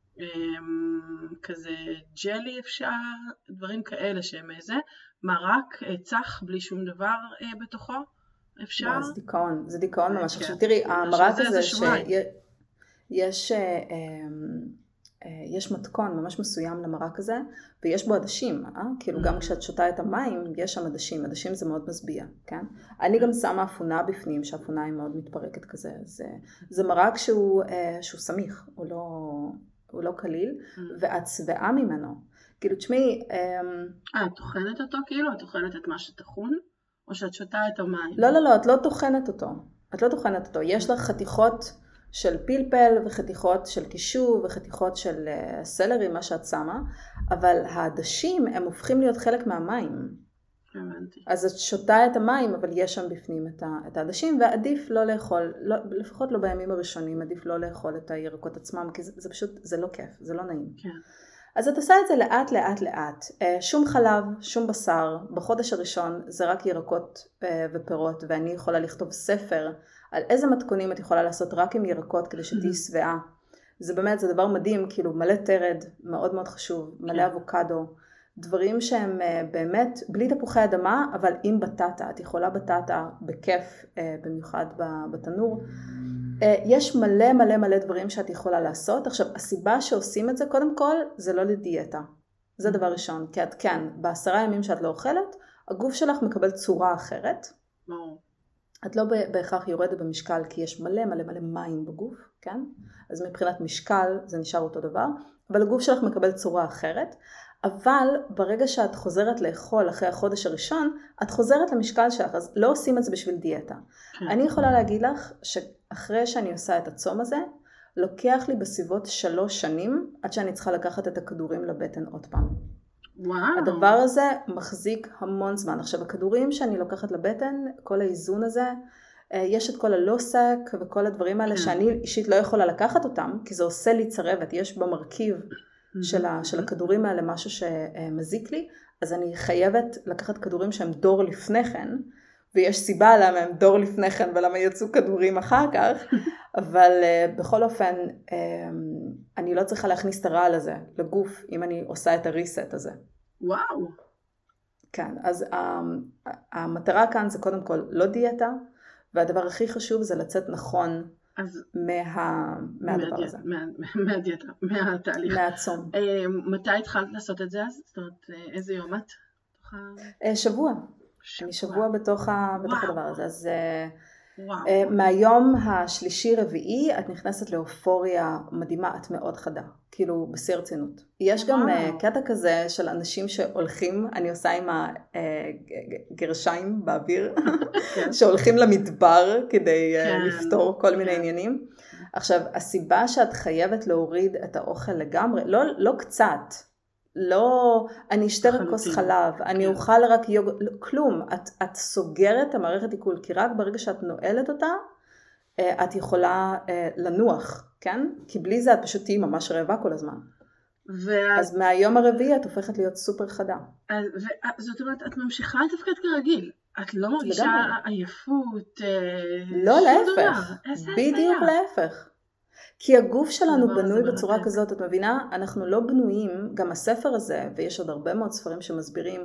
כזה ג'לי אפשר, דברים כאלה שהם איזה, מרק צח בלי שום דבר בתוכו. אפשר? זה דיכאון, זה דיכאון ממש. עכשיו תראי, המרק הזה שיש יש מתכון ממש מסוים למרק הזה, ויש בו עדשים, אה? כאילו גם כשאת שותה את המים, יש שם עדשים, עדשים זה מאוד מסביע, כן? אני גם שמה אפונה בפנים, שהאפונה היא מאוד מתפרקת כזה, זה, זה מרק שהוא, שהוא סמיך, הוא לא, הוא לא קליל, ואת שבעה ממנו. כאילו, תשמעי... אה, את טוחנת אותו כאילו? את טוחנת את מה שטחון? או שאת שותה את המים? לא, לא, לא, את לא טוחנת אותו. את לא טוחנת אותו. יש לך חתיכות של פלפל וחתיכות של קישו וחתיכות של סלרי, מה שאת שמה, אבל העדשים הם הופכים להיות חלק מהמים. הבנתי. אז את שותה את המים, אבל יש שם בפנים את העדשים, ועדיף לא לאכול, לא, לפחות לא בימים הראשונים, עדיף לא לאכול את הירקות עצמם, כי זה, זה פשוט, זה לא כיף, זה לא נעים. כן. אז את עושה את זה לאט לאט לאט, שום חלב, שום בשר, בחודש הראשון זה רק ירקות ופירות, ואני יכולה לכתוב ספר על איזה מתכונים את יכולה לעשות רק עם ירקות כדי שתהי שבעה. זה באמת, זה דבר מדהים, כאילו מלא תרד, מאוד מאוד חשוב, מלא אבוקדו, דברים שהם באמת בלי תפוחי אדמה, אבל עם בטטה, את יכולה בטטה בכיף, במיוחד בתנור. יש מלא מלא מלא דברים שאת יכולה לעשות. עכשיו, הסיבה שעושים את זה, קודם כל, זה לא לדיאטה. זה דבר ראשון, כי את כן, בעשרה ימים שאת לא אוכלת, הגוף שלך מקבל צורה אחרת. ברור. את לא בהכרח יורדת במשקל, כי יש מלא מלא מלא מים בגוף. כן? אז מבחינת משקל זה נשאר אותו דבר, אבל הגוף שלך מקבל צורה אחרת, אבל ברגע שאת חוזרת לאכול אחרי החודש הראשון, את חוזרת למשקל שלך, אז לא עושים את זה בשביל דיאטה. כן. אני יכולה להגיד לך שאחרי שאני עושה את הצום הזה, לוקח לי בסביבות שלוש שנים, עד שאני צריכה לקחת את הכדורים לבטן עוד פעם. וואו. הדבר הזה מחזיק המון זמן. עכשיו, הכדורים שאני לוקחת לבטן, כל האיזון הזה, יש את כל הלוסק וכל הדברים האלה, שאני אישית לא יכולה לקחת אותם, כי זה עושה לי צרבת, יש במרכיב של, ה, של הכדורים האלה משהו שמזיק לי, אז אני חייבת לקחת כדורים שהם דור לפני כן, ויש סיבה למה הם דור לפני כן ולמה יצאו כדורים אחר כך, אבל uh, בכל אופן um, אני לא צריכה להכניס את הרעל הזה לגוף אם אני עושה את הריסט הזה. וואו. כן, אז um, המטרה כאן זה קודם כל לא דיאטה, והדבר הכי חשוב זה לצאת נכון אז מה, מהדבר מהדיאטה, הזה. מה, מהדיאטה, מהתהליך. מהצום. Uh, מתי התחלת לעשות את זה אז? זאת אומרת, uh, איזה יום את? Uh, שבוע. אני שבוע בתוך, ה, בתוך הדבר הזה, אז וואו. Uh, מהיום השלישי רביעי את נכנסת לאופוריה מדהימה, את מאוד חדה, כאילו בשיא הרצינות. יש גם uh, קטע כזה של אנשים שהולכים, אני עושה עם הגרשיים באוויר, שהולכים למדבר כדי uh, לפתור כל מיני עניינים. עכשיו, הסיבה שאת חייבת להוריד את האוכל לגמרי, לא, לא קצת, לא, אני אשתה רק כוס חלב, אני אוכל רק יוגורט, כלום, את, את סוגרת את המערכת עיכול, כי רק ברגע שאת נועלת אותה, את יכולה לנוח, כן? כי בלי זה את פשוט תהיי ממש רעבה כל הזמן. ואז... אז מהיום הרביעי את הופכת להיות סופר חדה. אז, זאת אומרת, את ממשיכה לתפקד כרגיל, את לא מרגישה עייפות, לא להפך, בדיוק להפך. כי הגוף שלנו בנוי בצורה כזאת, את מבינה? אנחנו לא בנויים, גם הספר הזה, ויש עוד הרבה מאוד ספרים שמסבירים,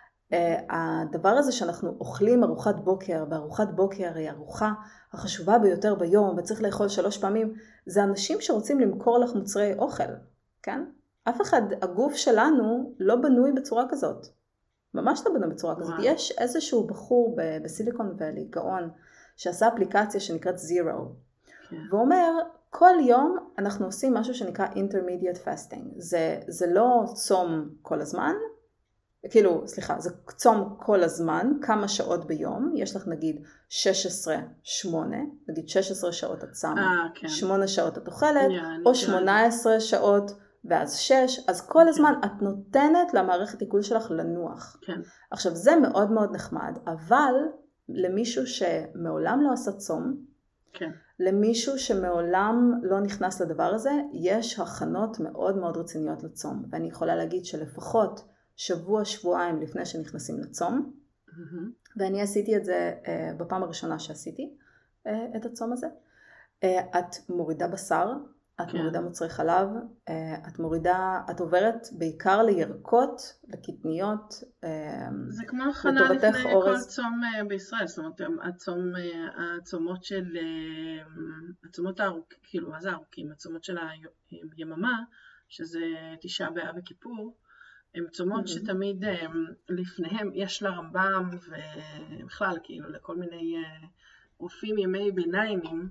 הדבר הזה שאנחנו אוכלים ארוחת בוקר, וארוחת בוקר היא ארוחה החשובה ביותר ביום, וצריך לאכול שלוש פעמים, זה אנשים שרוצים למכור לך מוצרי אוכל, כן? אף אחד, הגוף שלנו לא בנוי בצורה כזאת. ממש לא בנוי בצורה כזאת. יש איזשהו בחור בסיליקון ואלי, גאון, שעשה אפליקציה שנקראת Zero, והוא אומר, כל יום אנחנו עושים משהו שנקרא intermediate fasting. זה, זה לא צום כל הזמן, כאילו, סליחה, זה צום כל הזמן, כמה שעות ביום, יש לך נגיד שש עשרה שמונה, נגיד שש עשרה שעות את שמה, כן. שמונה שעות את אוכלת, yeah, או שמונה עשרה שעות ואז שש, אז כל הזמן את נותנת למערכת עיכול שלך לנוח. כן. עכשיו זה מאוד מאוד נחמד, אבל למישהו שמעולם לא עשה צום, כן. למישהו שמעולם לא נכנס לדבר הזה, יש הכנות מאוד מאוד רציניות לצום. ואני יכולה להגיד שלפחות שבוע, שבועיים לפני שנכנסים לצום, mm-hmm. ואני עשיתי את זה uh, בפעם הראשונה שעשיתי uh, את הצום הזה. Uh, את מורידה בשר, את כן. מורידה מוצרי חלב, uh, את מורידה, את עוברת בעיקר לירקות, לקטניות, uh, זה כמו הכנה לפני אורז. כל צום uh, בישראל, זאת אומרת, הצום, uh, הצומות של, uh, הצומות הארוכים, כאילו, מה זה ארוכים? הצומות של היממה, שזה תשעה באב וכיפור, הם צומות mm-hmm. שתמיד um, לפניהם יש לרמב"ם, ובכלל, כאילו, לכל מיני uh, רופאים ימי ביניימים,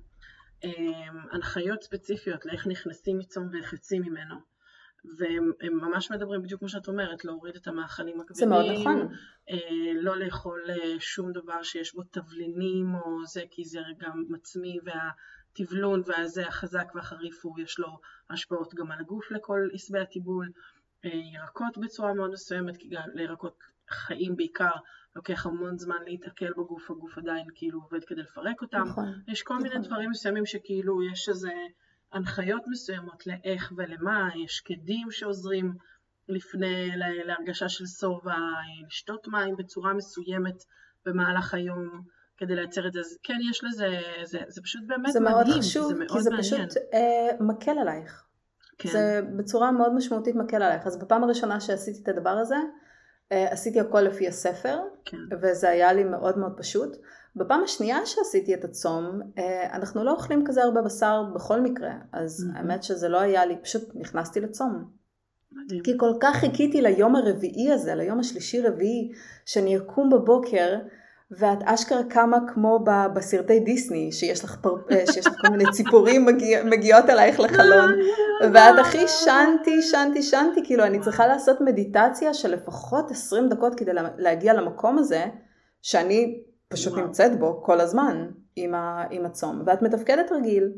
הנחיות ספציפיות לאיך נכנסים מצום ואיך יוצאים ממנו. והם ממש מדברים בדיוק כמו שאת אומרת, להוריד את המאכלים הכבדים. זה מאוד נכון. לא לאכול שום דבר שיש בו תבלינים או זה, כי זה גם מצמי והתבלון והזה החזק והחריף, יש לו השפעות גם על הגוף לכל עשבי הטיבול. ירקות בצורה מאוד מסוימת, כי גם לירקות חיים בעיקר, לוקח המון זמן להתעכל בגוף, הגוף עדיין כאילו עובד כדי לפרק אותם. נכון, יש כל נכון. מיני דברים מסוימים שכאילו יש איזה הנחיות מסוימות לאיך ולמה, יש קדים שעוזרים לפני להרגשה של סובה, לשתות מים בצורה מסוימת במהלך היום כדי לייצר את זה. אז כן, יש לזה, זה, זה פשוט באמת זה מדהים. מאוד חשוב, זה מאוד כי זה מעניין. פשוט אה, מקל עלייך. כן. זה בצורה מאוד משמעותית מקל עלייך. אז בפעם הראשונה שעשיתי את הדבר הזה, עשיתי הכל לפי הספר, כן. וזה היה לי מאוד מאוד פשוט. בפעם השנייה שעשיתי את הצום, אנחנו לא אוכלים כזה הרבה בשר בכל מקרה, אז mm-hmm. האמת שזה לא היה לי, פשוט נכנסתי לצום. מדהים. כי כל כך חיכיתי ליום הרביעי הזה, ליום השלישי רביעי, שאני אקום בבוקר, ואת אשכרה קמה כמו ב- בסרטי דיסני, שיש לך, פר... שיש לך כל מיני ציפורים מגיע... מגיעות אלייך לחלון, ואת הכי שנתי, שנתי, שנתי, כאילו אני צריכה לעשות מדיטציה של לפחות עשרים דקות כדי להגיע למקום הזה, שאני פשוט נמצאת בו כל הזמן עם, ה... עם הצום, ואת מתפקדת רגיל.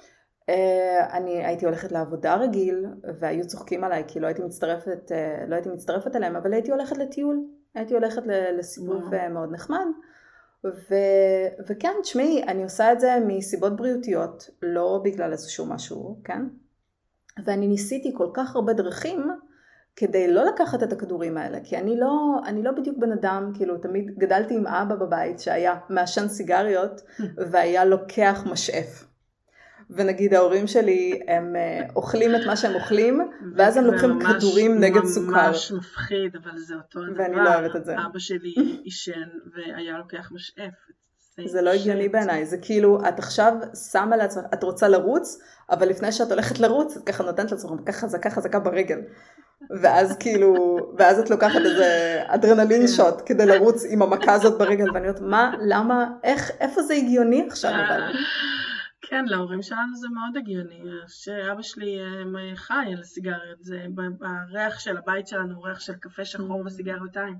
אני הייתי הולכת לעבודה רגיל, והיו צוחקים עליי, כי לא הייתי מצטרפת, לא הייתי מצטרפת אליהם, אבל הייתי הולכת לטיול, הייתי הולכת לסיבוב מאוד נחמד, ו... וכן, תשמעי, אני עושה את זה מסיבות בריאותיות, לא בגלל איזשהו משהו, כן? ואני ניסיתי כל כך הרבה דרכים, כדי לא לקחת את הכדורים האלה, כי אני לא, אני לא בדיוק בן אדם, כאילו תמיד גדלתי עם אבא בבית, שהיה מעשן סיגריות, והיה לוקח משאף. ונגיד ההורים שלי הם אוכלים את מה שהם אוכלים, ואז הם לוקחים ממש, כדורים נגד ממש סוכר. ממש מפחיד, אבל זה אותו דבר. ואני לא אוהבת את זה. אבא שלי אישן והיה לוקח משאף. זה לא הגיוני בעיניי, זה כאילו את עכשיו שמה לעצמך, את רוצה לרוץ, אבל לפני שאת הולכת לרוץ, את ככה נותנת לעצמך, ככה חזקה חזקה ברגל. ואז כאילו, ואז את לוקחת איזה אדרנלין שוט כדי לרוץ עם המכה הזאת ברגל, ואני אומרת, מה, למה, איך, איפה זה הגיוני עכשיו אבל? כן, להורים שלנו זה מאוד הגיוני, שאבא שלי חי על סיגריות, זה בריח של הבית שלנו, ריח של קפה שחור וסיגריות עין.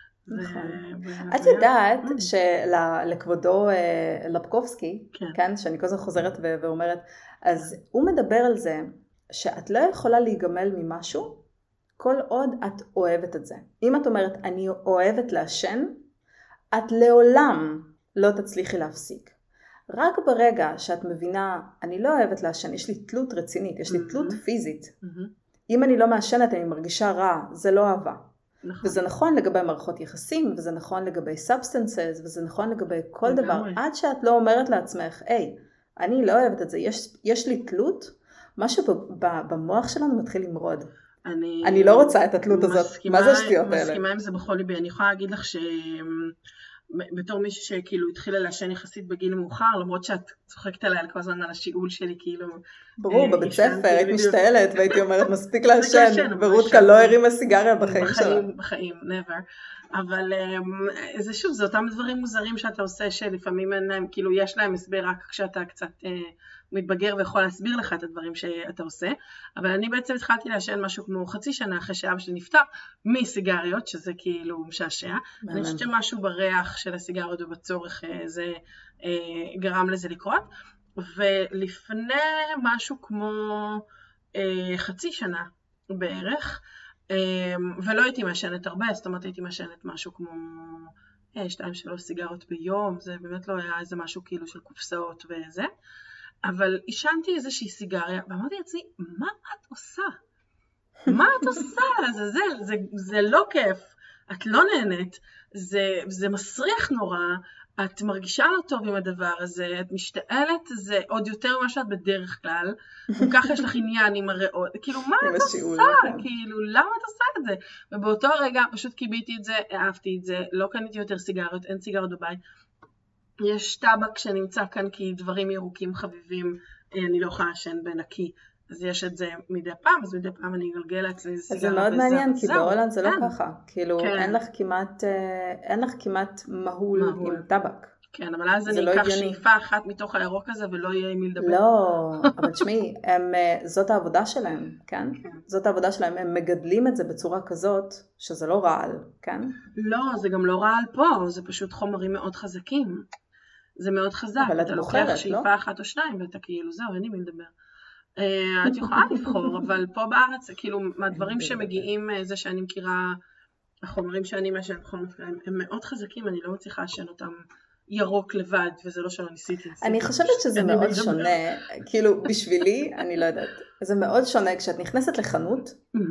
את יודעת שלכבודו לפקובסקי, כן, שאני כל הזמן חוזרת ואומרת, אז הוא מדבר על זה שאת לא יכולה להיגמל ממשהו כל עוד את אוהבת את זה. אם את אומרת אני אוהבת לעשן, את לעולם לא תצליחי להפסיק. רק ברגע שאת מבינה, אני לא אוהבת לעשן, יש לי תלות רצינית, יש לי תלות פיזית. אם אני לא מעשנת, אני מרגישה רע, זה לא אהבה. וזה נכון לגבי מערכות יחסים, וזה נכון לגבי substances, וזה נכון לגבי כל דבר. עד שאת לא אומרת לעצמך, היי, אני לא אוהבת את זה, יש, יש לי תלות, משהו במוח שלנו מתחיל למרוד. אני, אני לא רוצה את התלות הזאת. מה זה השטויות האלה? מסכימה עם זה בכל ליבי. אני יכולה להגיד לך ש... בתור מישהו שכאילו התחילה לעשן יחסית בגיל מאוחר, למרות שאת צוחקת עליה כל הזמן על השיעול שלי, כאילו... ברור, בבית ספר, היית משתעלת, והייתי אומרת, מספיק לעשן, ורודקה לא הרימה סיגריה בחיים שלה. בחיים, never. אבל זה שוב, זה אותם דברים מוזרים שאתה עושה, שלפעמים אין להם, כאילו יש להם הסבר רק כשאתה קצת מתבגר ויכול להסביר לך את הדברים שאתה עושה, אבל אני בעצם התחלתי לעשן משהו כמו חצי שנה אחרי שאבא שלי נפטר מסיגריות, שזה כאילו משעשע. אני חושבת שמשהו בריח של הסיגריות ובצורך זה גרם לזה לקרות, ולפני משהו כמו חצי שנה בערך, ולא הייתי מעשנת הרבה, זאת אומרת הייתי מעשנת משהו כמו שתיים שלוש סיגרות ביום, זה באמת לא היה איזה משהו כאילו של קופסאות וזה, אבל עישנתי איזושהי סיגריה, ואמרתי לעצמי, מה את עושה? מה את עושה? זה, זה, זה, זה לא כיף, את לא נהנית, זה, זה מסריח נורא, את מרגישה לא טוב עם הדבר הזה, את משתעלת, זה עוד יותר ממה שאת בדרך כלל, וכך יש לך עניין עם הריאות, כאילו מה את עושה? כאילו למה את עושה את זה? ובאותו רגע פשוט קיביתי את זה, אהבתי את זה, לא קניתי יותר סיגריות, אין סיגריות בבית, יש טבק שנמצא כאן כי דברים ירוקים חביבים, אני לא יכולה לעשן בנקי, אז יש את זה מדי פעם, אז מדי פעם אני אגלגל אצלי סיגריה. זה מאוד מעניין, כי בהולנד זה לא ככה, כאילו אין לך כמעט, אין לך כמעט מהול עם טבק. כן, אבל אז אני אקח שאיפה אחת מתוך הירוק הזה ולא יהיה עם מי לדבר. לא, אבל תשמעי, זאת העבודה שלהם, כן? זאת העבודה שלהם, הם מגדלים את זה בצורה כזאת, שזה לא רעל, כן? לא, זה גם לא רעל פה, זה פשוט חומרים מאוד חזקים. זה מאוד חזק, אתה לוקח שאיפה אחת או שניים, ואתה כאילו, זהו, אין לי מי לדבר. את יכולה לבחור, אבל פה בארץ, כאילו, מהדברים שמגיעים, זה שאני מכירה, החומרים שאני מעשן, הם מאוד חזקים, אני לא מצליחה לעשן אותם ירוק לבד, וזה לא שלא ניסיתי. אני חושבת שזה מאוד שונה, כאילו, בשבילי, אני לא יודעת, זה מאוד שונה כשאת נכנסת לחנות,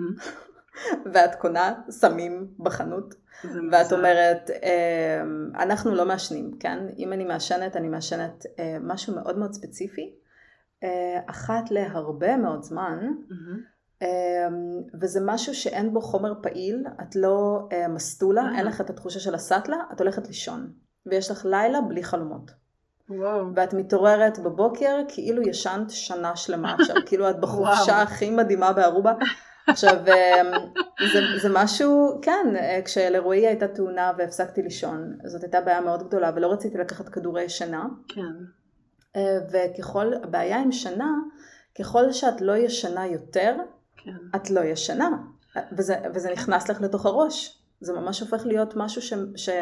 ואת קונה סמים בחנות, ואת אומרת, אנחנו לא מעשנים, כן? אם אני מעשנת, אני מעשנת משהו מאוד מאוד ספציפי, אחת להרבה מאוד זמן, וזה משהו שאין בו חומר פעיל, את לא מסטולה, אין לך את התחושה של הסטלה, את הולכת לישון, ויש לך לילה בלי חלומות. ואת מתעוררת בבוקר כאילו ישנת שנה שלמה עכשיו, כאילו את בחופשה הכי מדהימה בארובה. עכשיו, זה, זה משהו, כן, כשלרועי הייתה תאונה והפסקתי לישון, זאת הייתה בעיה מאוד גדולה, ולא רציתי לקחת כדורי שינה. כן. וככל, הבעיה עם שינה, ככל שאת לא ישנה יותר, כן. את לא ישנה. וזה, וזה נכנס לך לתוך הראש. זה ממש הופך להיות משהו ש,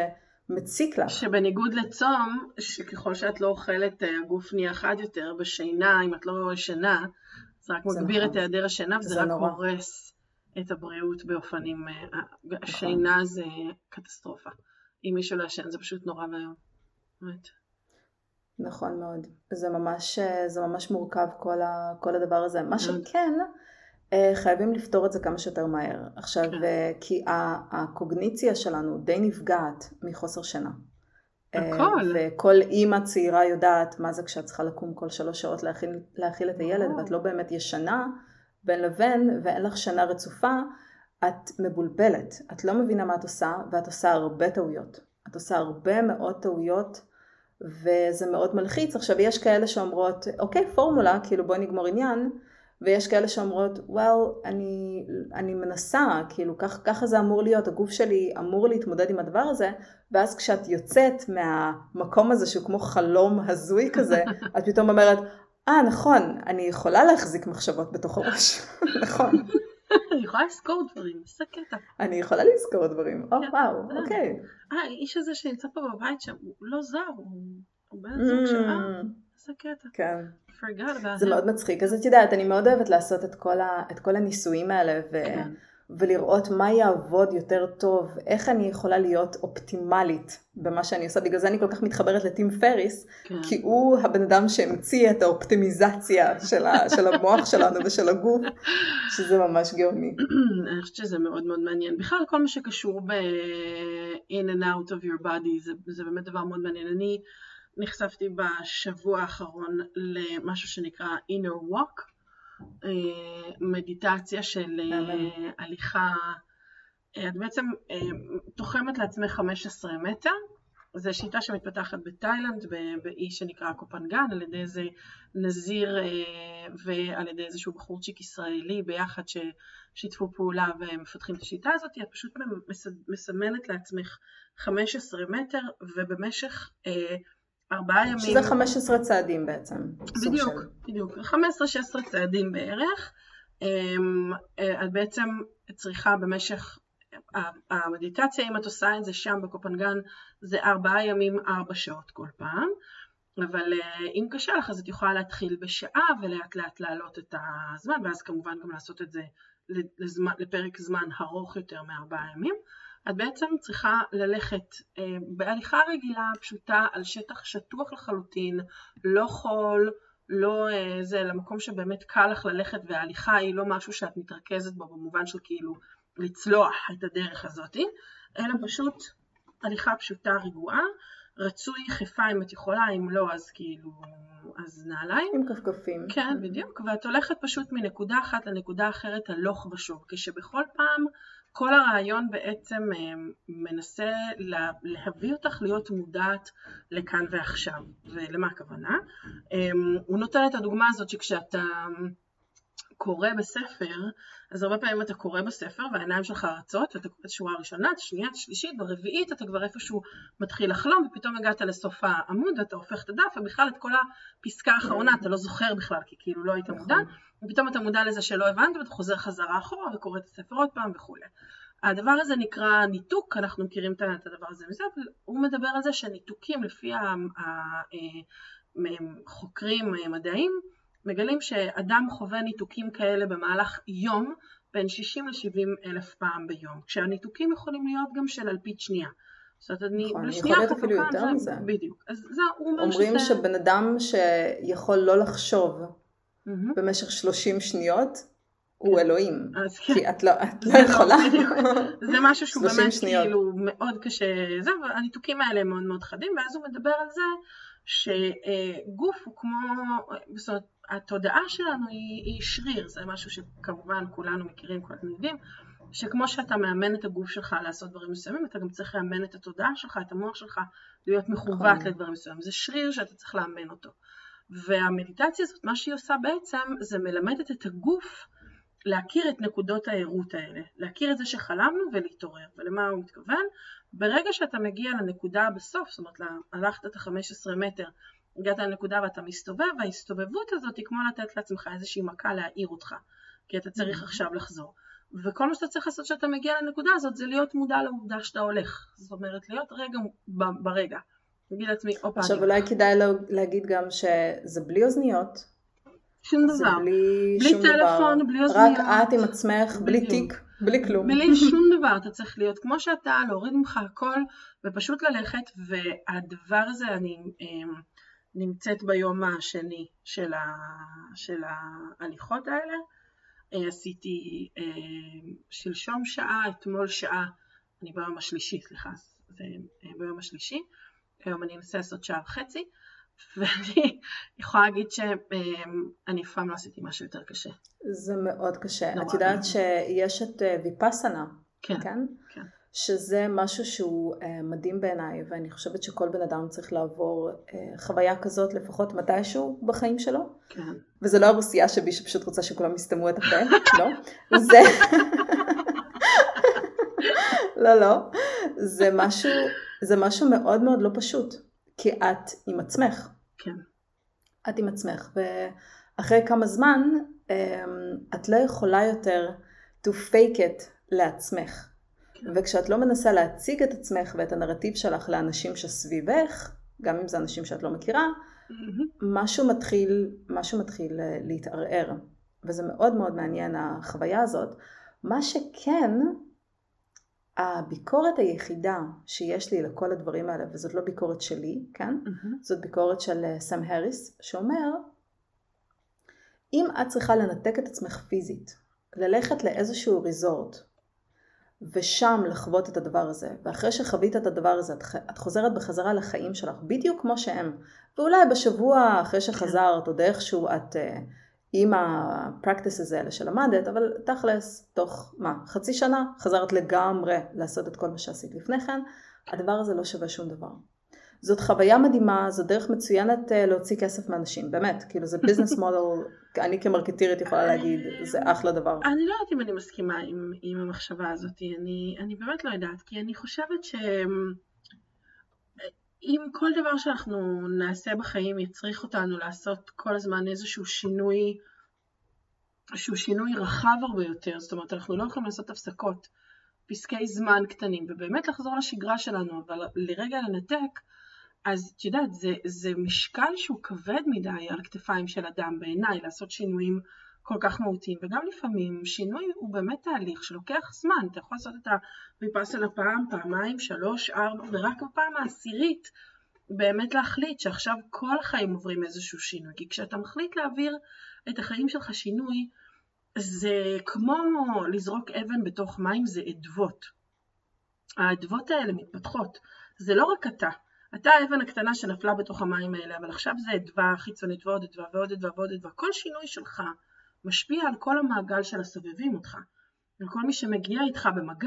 שמציק לך. שבניגוד לצום, שככל שאת לא אוכלת, הגוף נהיה חד יותר בשינה, אם את לא ישנה, זה רק מגביר נכון. את היעדר השינה, וזה רק נורא. הורס את הבריאות באופנים, השינה נכון. זה קטסטרופה. אם מישהו לא ישן, זה פשוט נורא והיום. באמת. נכון מאוד. זה ממש, זה ממש מורכב כל, ה, כל הדבר הזה. מה שכן, חייבים לפתור את זה כמה שיותר מהר. עכשיו, כן. כי הקוגניציה שלנו די נפגעת מחוסר שינה. הכל. וכל אימא צעירה יודעת מה זה כשאת צריכה לקום כל שלוש שעות להכיל, להכיל את הילד, ואת לא באמת ישנה בין לבין, ואין לך שינה רצופה, את מבולבלת. את לא מבינה מה את עושה, ואת עושה הרבה טעויות. את עושה הרבה מאוד טעויות, וזה מאוד מלחיץ. עכשיו, יש כאלה שאומרות, אוקיי, פורמולה, כאילו בואי נגמור עניין, ויש כאלה שאומרות, well, אני, אני מנסה, כאילו, כך, ככה זה אמור להיות, הגוף שלי אמור להתמודד עם הדבר הזה, ואז כשאת יוצאת מהמקום הזה, שהוא כמו חלום הזוי כזה, את פתאום אומרת, אה, נכון, אני יכולה להחזיק מחשבות בתוך הראש, נכון. אני יכולה לזכור דברים, זה קטע. אני יכולה לזכור דברים, או וואו, אוקיי. אה, האיש הזה שנמצא פה בבית שם, הוא לא זר, הוא בן זוג שעה, זה קטע. כן. forgot about זה him. מאוד מצחיק. אז את יודעת, אני מאוד אוהבת לעשות את כל, ה, את כל הניסויים האלה, ו, כן. ולראות מה יעבוד יותר טוב, איך אני יכולה להיות אופטימלית במה שאני עושה. בגלל זה אני כל כך מתחברת לטים פריס, כן. כי הוא הבן אדם שהמציא את האופטימיזציה של, ה, של המוח שלנו ושל הגוף, שזה ממש גאוני. אני חושבת שזה מאוד מאוד מעניין. בכלל, כל מה שקשור ב-in and out of your body, זה, זה באמת דבר מאוד מעניין. אני נחשפתי בשבוע האחרון למשהו שנקרא inner walk, מדיטציה של הליכה, את בעצם תוחמת לעצמך חמישה עשר מטר, זו שיטה שמתפתחת בתאילנד, באי שנקרא קופנגן, על ידי איזה נזיר ועל ידי איזשהו בחורצ'יק ישראלי ביחד ששיתפו פעולה ומפתחים את השיטה הזאת. את פשוט מסמנת לעצמך חמישה עשר מטר ובמשך ארבעה ימים. שזה חמישה עשר צעדים בעצם. בדיוק, בדיוק. חמישה עשר שש עשרה צעדים בערך. את בעצם צריכה במשך, המדיטציה, אם את עושה את זה שם בקופנגן, זה ארבעה ימים, ארבע שעות כל פעם. אבל אם קשה לך, אז את יכולה להתחיל בשעה ולאט לאט לעלות את הזמן, ואז כמובן גם לעשות את זה לזמן, לפרק זמן ארוך יותר מארבעה ימים. את בעצם צריכה ללכת אה, בהליכה רגילה, פשוטה, על שטח שטוח לחלוטין, לא חול, לא אה, זה, למקום שבאמת קל לך ללכת, וההליכה היא לא משהו שאת מתרכזת בו, במובן של כאילו לצלוח את הדרך הזאת, אלא פשוט הליכה פשוטה רגועה, רצוי חיפה אם את יכולה, אם לא אז כאילו, אז נעליים. עם כפכפים. כן, בדיוק, ואת הולכת פשוט מנקודה אחת לנקודה אחרת הלוך ושוב, כשבכל פעם, כל הרעיון בעצם מנסה להביא אותך להיות מודעת לכאן ועכשיו. ולמה הכוונה? הוא נותן את הדוגמה הזאת שכשאתה קורא בספר, אז הרבה פעמים אתה קורא בספר והעיניים שלך רצות, ואתה קורא את השורה הראשונה, את השנייה, את השלישית, ברביעית אתה כבר איפשהו מתחיל לחלום, ופתאום הגעת לסוף העמוד ואתה הופך את הדף, ובכלל את כל הפסקה האחרונה אתה לא זוכר בכלל, כי כאילו לא היית מודע, ופתאום אתה מודע לזה שלא הבנת, ואתה חוזר חזרה אחורה וקורא את הספר עוד פעם וכו'. הדבר הזה נקרא ניתוק, אנחנו מכירים את הדבר הזה מזה, אבל הוא מדבר על זה שניתוקים לפי החוקרים מדעיים, מגלים שאדם חווה ניתוקים כאלה במהלך יום בין שישים לשבעים אלף פעם ביום, כשהניתוקים יכולים להיות גם של אלפית שנייה. נכון, יכול להיות אפילו יותר מזה. בדיוק. אז זה, הוא אומר אומרים שבן אדם שיכול לא לחשוב במשך שלושים שניות, הוא אלוהים, כי את לא יכולה. זה משהו שהוא באמת כאילו מאוד קשה, הניתוקים האלה הם מאוד מאוד חדים, ואז הוא מדבר על זה שגוף הוא כמו, זאת אומרת, התודעה שלנו היא שריר, זה משהו שכמובן כולנו מכירים, כולנו יודעים, שכמו שאתה מאמן את הגוף שלך לעשות דברים מסוימים, אתה גם צריך לאמן את התודעה שלך, את המוח שלך, להיות מכוות לדברים מסוימים. זה שריר שאתה צריך לאמן אותו. והמדיטציה הזאת, מה שהיא עושה בעצם, זה מלמדת את הגוף להכיר את נקודות העירות האלה, להכיר את זה שחלמנו ולהתעורר, ולמה הוא מתכוון? ברגע שאתה מגיע לנקודה בסוף, זאת אומרת, הלכת את ה-חמישה עשר מטר, הגעת לנקודה ואתה מסתובב, וההסתובבות הזאת היא כמו לתת לעצמך איזושהי מכה להעיר אותך, כי אתה צריך mm-hmm. עכשיו לחזור. וכל מה שאתה צריך לעשות שאתה מגיע לנקודה הזאת, זה להיות מודע לעובדה שאתה הולך. זאת אומרת, להיות רגע ברגע. נגיד לעצמי, אופה. עכשיו אולי כדאי להגיד גם שזה בלי אוזניות. שום דבר. זה בלי, בלי שום טלפון, דבר. בלי אוזניות. רק את עם עצמך, בלי בדיוק. תיק, בלי כלום. בלי שום דבר. אתה צריך להיות כמו שאתה, להוריד ממך הכל, ופשוט ללכת, והדבר הזה אני נמצאת ביום השני של, ה, של ההליכות האלה. עשיתי שלשום שעה, אתמול שעה, אני ביום השלישי, סליחה, זה ביום השלישי, היום אני אנסה לעשות שעה וחצי, ואני יכולה להגיד שאני אף פעם לא עשיתי משהו יותר קשה. זה מאוד קשה. את יודעת שיש את ויפאסנה, כן? כן. שזה משהו שהוא מדהים בעיניי, ואני חושבת שכל בן אדם צריך לעבור חוויה כזאת לפחות מתישהו בחיים שלו. כן. וזה לא הרוסייה שבי שפשוט רוצה שכולם יסתמו את הפה, לא? זה... לא, לא. זה משהו, זה משהו מאוד מאוד לא פשוט, כי את עם עצמך. כן. את עם עצמך, ואחרי כמה זמן את לא יכולה יותר to fake it לעצמך. וכשאת לא מנסה להציג את עצמך ואת הנרטיב שלך לאנשים שסביבך, גם אם זה אנשים שאת לא מכירה, mm-hmm. משהו מתחיל, משהו מתחיל להתערער. וזה מאוד מאוד מעניין החוויה הזאת. מה שכן, הביקורת היחידה שיש לי לכל הדברים האלה, וזאת לא ביקורת שלי, כן? Mm-hmm. זאת ביקורת של סם הריס, שאומר, אם את צריכה לנתק את עצמך פיזית, ללכת לאיזשהו ריזורט, ושם לחוות את הדבר הזה, ואחרי שחווית את הדבר הזה, את חוזרת בחזרה לחיים שלך, בדיוק כמו שהם, ואולי בשבוע אחרי שחזרת, עוד איכשהו את עם הפרקטיסס האלה שלמדת, אבל תכלס, תוך מה, חצי שנה, חזרת לגמרי לעשות את כל מה שעשית לפני כן, הדבר הזה לא שווה שום דבר. זאת חוויה מדהימה, זו דרך מצוינת להוציא כסף מאנשים, באמת, כאילו זה ביזנס מודל, אני כמרקטירית יכולה להגיד, זה אחלה דבר. אני לא יודעת אם אני מסכימה עם, עם המחשבה הזאת, אני, אני באמת לא יודעת, כי אני חושבת שאם כל דבר שאנחנו נעשה בחיים יצריך אותנו לעשות כל הזמן איזשהו שינוי, איזשהו שינוי רחב הרבה יותר, זאת אומרת אנחנו לא יכולים לעשות הפסקות, פסקי זמן קטנים, ובאמת לחזור לשגרה שלנו, אבל לרגע לנתק, אז את יודעת, זה, זה משקל שהוא כבד מדי על כתפיים של אדם בעיניי, לעשות שינויים כל כך מהותיים, וגם לפעמים שינוי הוא באמת תהליך שלוקח זמן, אתה יכול לעשות את הויפאסנה פעם, פעמיים, שלוש, ארבע, ורק בפעם העשירית באמת להחליט שעכשיו כל החיים עוברים איזשהו שינוי, כי כשאתה מחליט להעביר את החיים שלך שינוי, זה כמו לזרוק אבן בתוך מים, זה עדבות. העדבות האלה מתפתחות, זה לא רק אתה. אתה האבן הקטנה שנפלה בתוך המים האלה, אבל עכשיו זה עדווה חיצונית ועוד עדווה ועוד עדווה ועוד עדווה. כל שינוי שלך משפיע על כל המעגל של הסובבים אותך, על כל מי שמגיע איתך במגע.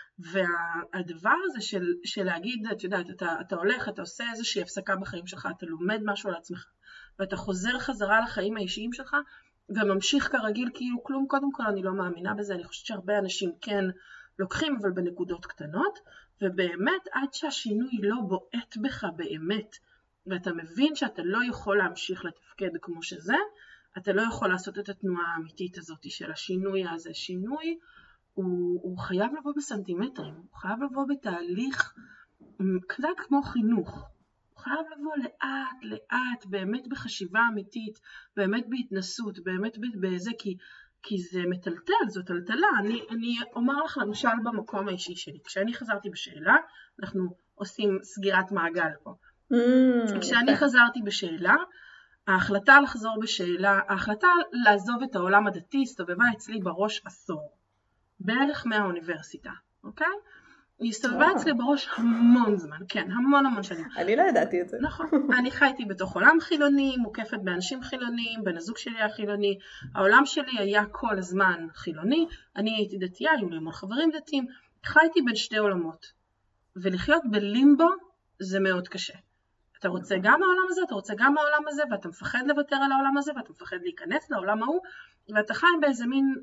והדבר הזה של, של להגיד, את יודעת, אתה, אתה הולך, אתה עושה איזושהי הפסקה בחיים שלך, אתה לומד משהו על עצמך, ואתה חוזר חזרה לחיים האישיים שלך, וממשיך כרגיל כאילו כלום. קודם כל אני לא מאמינה בזה, אני חושבת שהרבה אנשים כן לוקחים, אבל בנקודות קטנות, ובאמת עד שהשינוי לא בועט בך באמת, ואתה מבין שאתה לא יכול להמשיך לתפקד כמו שזה, אתה לא יכול לעשות את התנועה האמיתית הזאת של השינוי הזה. שינוי הוא, הוא חייב לבוא בסנטימטרים, הוא חייב לבוא בתהליך קצת כמו חינוך, הוא חייב לבוא לאט לאט, באמת בחשיבה אמיתית, באמת בהתנסות, באמת בזה, כי כי זה מטלטל, זו טלטלה. אני, אני אומר לך למשל במקום האישי שלי, כשאני חזרתי בשאלה, אנחנו עושים סגירת מעגל פה. Mm, כשאני יפה. חזרתי בשאלה, ההחלטה לחזור בשאלה, ההחלטה לעזוב את העולם הדתי, הסתובבה אצלי בראש עשור, בערך מהאוניברסיטה, אוקיי? היא הסתובבה אצלי בראש המון זמן, כן, המון המון שנים. אני לא ידעתי את זה. נכון, אני חייתי בתוך עולם חילוני, מוקפת באנשים חילוניים, בן הזוג שלי היה חילוני, העולם שלי היה כל הזמן חילוני, אני הייתי דתייה, היו לי המון חברים דתיים, חייתי בין שתי עולמות, ולחיות בלימבו זה מאוד קשה. אתה רוצה גם העולם הזה, אתה רוצה גם העולם הזה, ואתה מפחד לוותר על העולם הזה, ואתה מפחד להיכנס לעולם ההוא, ואתה חי באיזה מין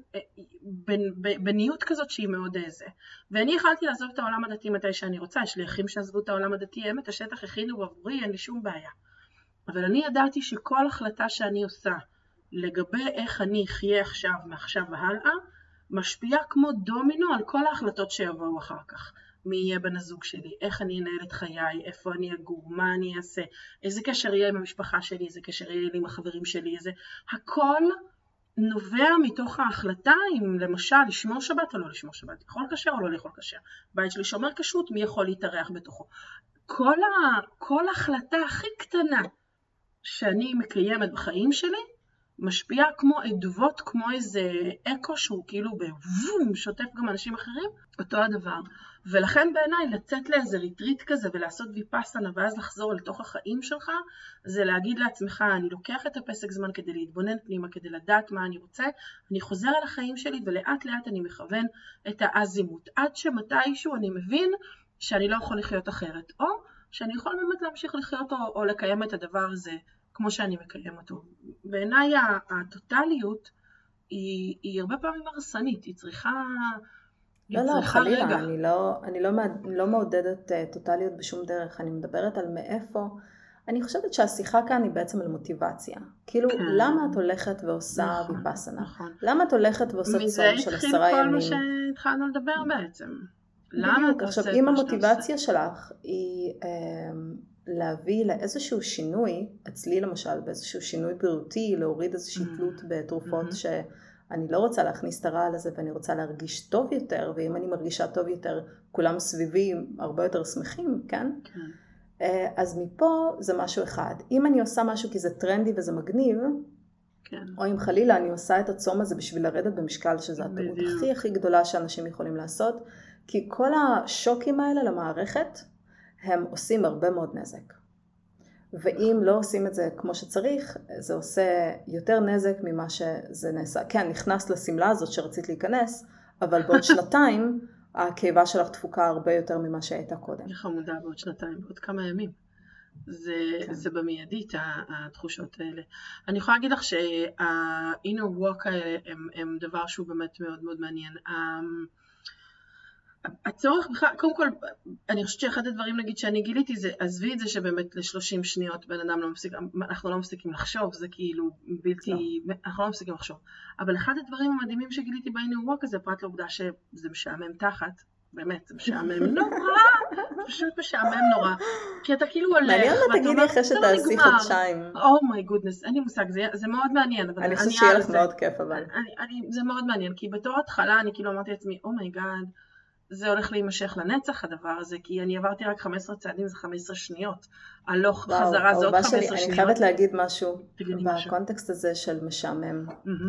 בניות כזאת שהיא מאוד איזה. ואני יכלתי לעזוב את העולם הדתי מתי שאני רוצה, יש לי אחים שעזבו את העולם הדתי, הם את השטח הכינו עבורי, אין לי שום בעיה. אבל אני ידעתי שכל החלטה שאני עושה לגבי איך אני אחיה עכשיו, מעכשיו והלאה, משפיעה כמו דומינו על כל ההחלטות שיבואו אחר כך. מי יהיה בן הזוג שלי, איך אני אנהל את חיי, איפה אני אגור, מה אני אעשה, איזה קשר יהיה עם המשפחה שלי, איזה קשר יהיה עם החברים שלי, איזה... הכל נובע מתוך ההחלטה אם למשל לשמור שבת או לא לשמור שבת, לאכול כשר או לא לאכול כשר. בית שלי שומר כשרות, מי יכול להתארח בתוכו. כל, ה... כל החלטה הכי קטנה שאני מקיימת בחיים שלי, משפיעה כמו עדוות, כמו איזה אקו שהוא כאילו בבום, שוטף גם אנשים אחרים, אותו הדבר. ולכן בעיניי לצאת לאיזה ריטריט כזה ולעשות ויפאסנה ואז לחזור לתוך החיים שלך, זה להגיד לעצמך, אני לוקח את הפסק זמן כדי להתבונן פנימה, כדי לדעת מה אני רוצה, אני חוזר על החיים שלי ולאט לאט אני מכוון את האזימות, עד שמתישהו אני מבין שאני לא יכול לחיות אחרת, או שאני יכול באמת להמשיך לחיות או, או לקיים את הדבר הזה כמו שאני מקיים אותו. בעיניי הטוטליות היא, היא הרבה פעמים הרסנית, היא צריכה... לא, לא, חלילה, אני לא, אני לא, לא מעודדת טוטליות בשום דרך, אני מדברת על מאיפה, אני חושבת שהשיחה כאן היא בעצם על מוטיבציה, כאילו כן. למה את הולכת ועושה נכון, ויפאסנה, נכון. למה את הולכת ועושה צום של עשרה ימים, מזה התחיל כל מה שהתחלנו לדבר בעצם, למה את עכשיו אם המוטיבציה שלך היא אה, להביא לאיזשהו שינוי, אצלי למשל באיזשהו שינוי בריאותי, להוריד איזושהי תלות בתרופות ש... אני לא רוצה להכניס את הרעל הזה ואני רוצה להרגיש טוב יותר, ואם אני מרגישה טוב יותר, כולם סביבי הרבה יותר שמחים, כן? כן. אז מפה זה משהו אחד. אם אני עושה משהו כי זה טרנדי וזה מגניב, כן. או אם חלילה אני עושה את הצום הזה בשביל לרדת במשקל, שזו הטעות הכי הכי גדולה שאנשים יכולים לעשות, כי כל השוקים האלה למערכת, הם עושים הרבה מאוד נזק. ואם לא עושים את זה כמו שצריך, זה עושה יותר נזק ממה שזה נעשה. כן, נכנס לסמלה הזאת שרצית להיכנס, אבל בעוד שנתיים, הקיבה שלך תפוקה הרבה יותר ממה שהייתה קודם. היא חמודה בעוד שנתיים, בעוד כמה ימים. זה, כן. זה במיידית, התחושות האלה. אני יכולה להגיד לך שה-inner walk האלה הם, הם דבר שהוא באמת מאוד מאוד מעניין. הצורך בכלל, קודם כל, אני חושבת שאחד הדברים נגיד שאני גיליתי זה, עזבי את זה שבאמת ל-שלושים שניות בן אדם לא מפסיק, אנחנו לא מפסיקים לחשוב, זה כאילו בלתי, לא. אנחנו לא מפסיקים לחשוב. אבל אחד הדברים המדהימים שגיליתי ב-inner walk הזה, פרט לעובדה שזה משעמם תחת, באמת, זה משעמם נורא, פשוט משעמם נורא, כי אתה כאילו הולך, מעניין מה תגידי אחרי שתעשי חודשיים. אומי גודנס, אין לי מושג, זה, זה מאוד מעניין. אני חושבת שיהיה לך מאוד כיף, אבל. אני, אני, זה מאוד מעניין, כי בתור התחלה אני כאילו אמרתי לעצמי, אומי גאד, זה הולך להימשך לנצח הדבר הזה, כי אני עברתי רק חמש עשרה צעדים, זה חמש עשרה שניות. הלוך חזרה זה עוד חמש עשרה שניות. אני חייבת להגיד משהו בקונטקסט הזה של משעמם.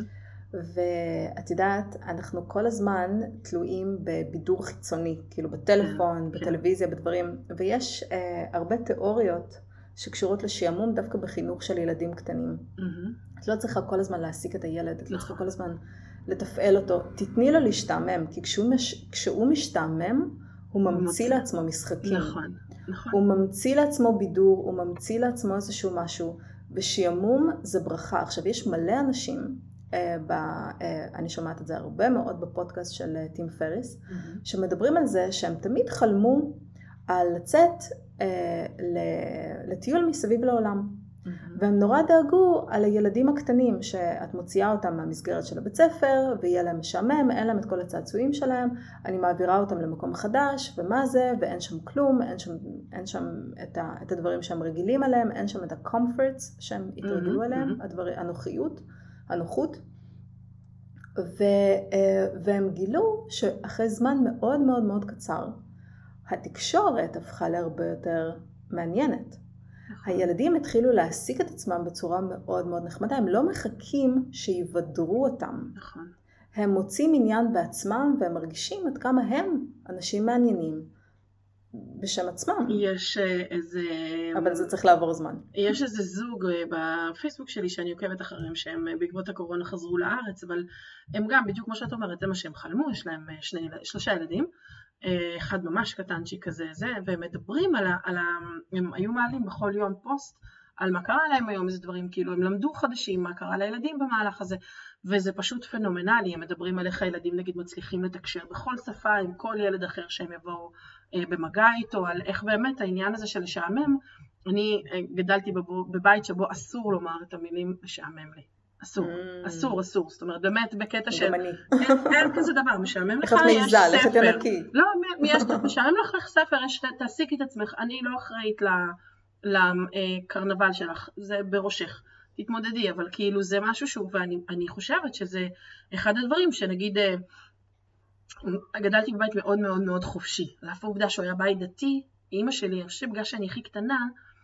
ואת יודעת, אנחנו כל הזמן תלויים בבידור חיצוני, כאילו בטלפון, בטלוויזיה, בדברים, ויש הרבה תיאוריות שקשורות לשעמום דווקא בחינוך של ילדים קטנים. את לא צריכה כל הזמן להעסיק את הילד, את לא צריכה כל הזמן לתפעל אותו, תתני לו להשתעמם, כי כשהוא, מש... כשהוא משתעמם, הוא ממציא לעצמו משחקים. נכון, נכון. הוא ממציא לעצמו בידור, הוא ממציא לעצמו איזשהו משהו, ושעמום זה ברכה. עכשיו, יש מלא אנשים, אה, ב... אה, אני שומעת את זה הרבה מאוד בפודקאסט של אה, טים פריס, mm-hmm. שמדברים על זה שהם תמיד חלמו על לצאת אה, לטיול מסביב לעולם. והם נורא דאגו על הילדים הקטנים שאת מוציאה אותם מהמסגרת של הבית ספר ויהיה להם משעמם, אין להם את כל הצעצועים שלהם, אני מעבירה אותם למקום חדש ומה זה, ואין שם כלום, אין שם, אין שם את, ה, את הדברים שהם רגילים עליהם, אין שם את ה-comforts שהם התרגלו עליהם, הדבר, הנוחיות, הנוחות. ו, והם גילו שאחרי זמן מאוד מאוד מאוד קצר, התקשורת הפכה להרבה יותר מעניינת. הילדים התחילו להעסיק את עצמם בצורה מאוד מאוד נחמדה, הם לא מחכים שיוודרו אותם. נכון. הם מוצאים עניין בעצמם והם מרגישים עד כמה הם אנשים מעניינים בשם עצמם. יש איזה... אבל זה צריך לעבור זמן. יש איזה זוג בפייסבוק שלי שאני עוקבת אחריהם שהם בעקבות הקורונה חזרו לארץ, אבל הם גם בדיוק כמו שאת אומרת, זה מה שהם חלמו, יש להם שני, שלושה ילדים. אחד ממש קטנצ'י כזה, זה, והם מדברים על ה, על ה... הם היו מעלים בכל יום פוסט על מה קרה להם היום, איזה דברים, כאילו הם למדו חדשים, מה קרה לילדים במהלך הזה, וזה פשוט פנומנלי, הם מדברים על איך הילדים נגיד מצליחים לתקשר בכל שפה עם כל ילד אחר שהם יבואו במגע איתו, על איך באמת העניין הזה של לשעמם. אני גדלתי בבית שבו אסור לומר את המילים משעמם לי. אסור, mm. אסור, אסור. זאת אומרת, באמת בקטע של... אין, אין כזה דבר, משעמם לך, יש ספר. לא, יש, משעמם לך ספר, יש, תעסיקי את עצמך. אני לא אחראית לקרנבל שלך, זה בראשך. תתמודדי, אבל כאילו זה משהו שהוא, ואני אני חושבת שזה אחד הדברים שנגיד, גדלתי בבית מאוד מאוד מאוד חופשי. על אף העובדה שהוא היה בית דתי, אמא שלי, אני חושבת בגלל שאני הכי קטנה,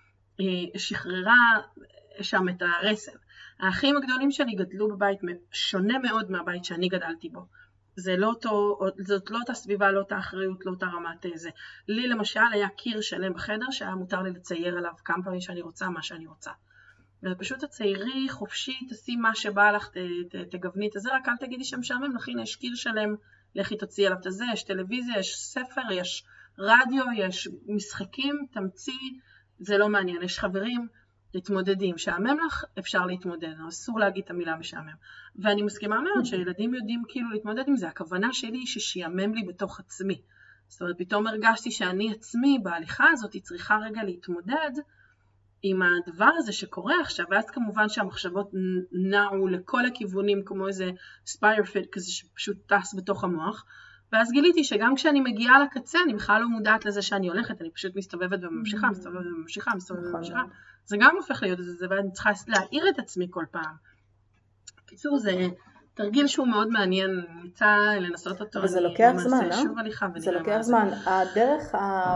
שחררה שם את הרסן. האחים הגדולים שלי גדלו בבית שונה מאוד מהבית שאני גדלתי בו. זה לא אותו, זאת לא אותה סביבה, לא אותה אחריות, לא אותה רמת זה. לי למשל היה קיר שלם בחדר שהיה מותר לי לצייר עליו כמה פעמים שאני רוצה, מה שאני רוצה. ופשוט הציירי, חופשי, תעשי מה שבא לך, תגווני את זה, רק אל תגידי שמשעמם לך, הנה יש קיר שלם, לכי תוציא עליו את זה, יש טלוויזיה, יש ספר, יש רדיו, יש משחקים, תמציא, זה לא מעניין, יש חברים, להתמודדים, שעמם לך, אפשר להתמודד, אסור להגיד את המילה משעמם. ואני מסכימה מאוד שילדים יודעים כאילו להתמודד עם זה, הכוונה שלי היא ששיעמם לי בתוך עצמי. זאת אומרת, פתאום הרגשתי שאני עצמי בהליכה הזאת, היא צריכה רגע להתמודד עם הדבר הזה שקורה עכשיו, ואז כמובן שהמחשבות נעו לכל הכיוונים, כמו איזה ספיירפיד כזה שפשוט טס בתוך המוח, ואז גיליתי שגם כשאני מגיעה לקצה, אני בכלל לא מודעת לזה שאני הולכת, אני פשוט מסתובבת וממשיכה, מסתובבת וממשיכה, מסתובבת וממשיכה. זה גם הופך להיות זה, ואני צריכה להעיר את עצמי כל פעם. קיצור, זה תרגיל שהוא מאוד מעניין, ניצא לנסות אותו. וזה לוקח זמן, לא? זה לוקח זמן. הדרך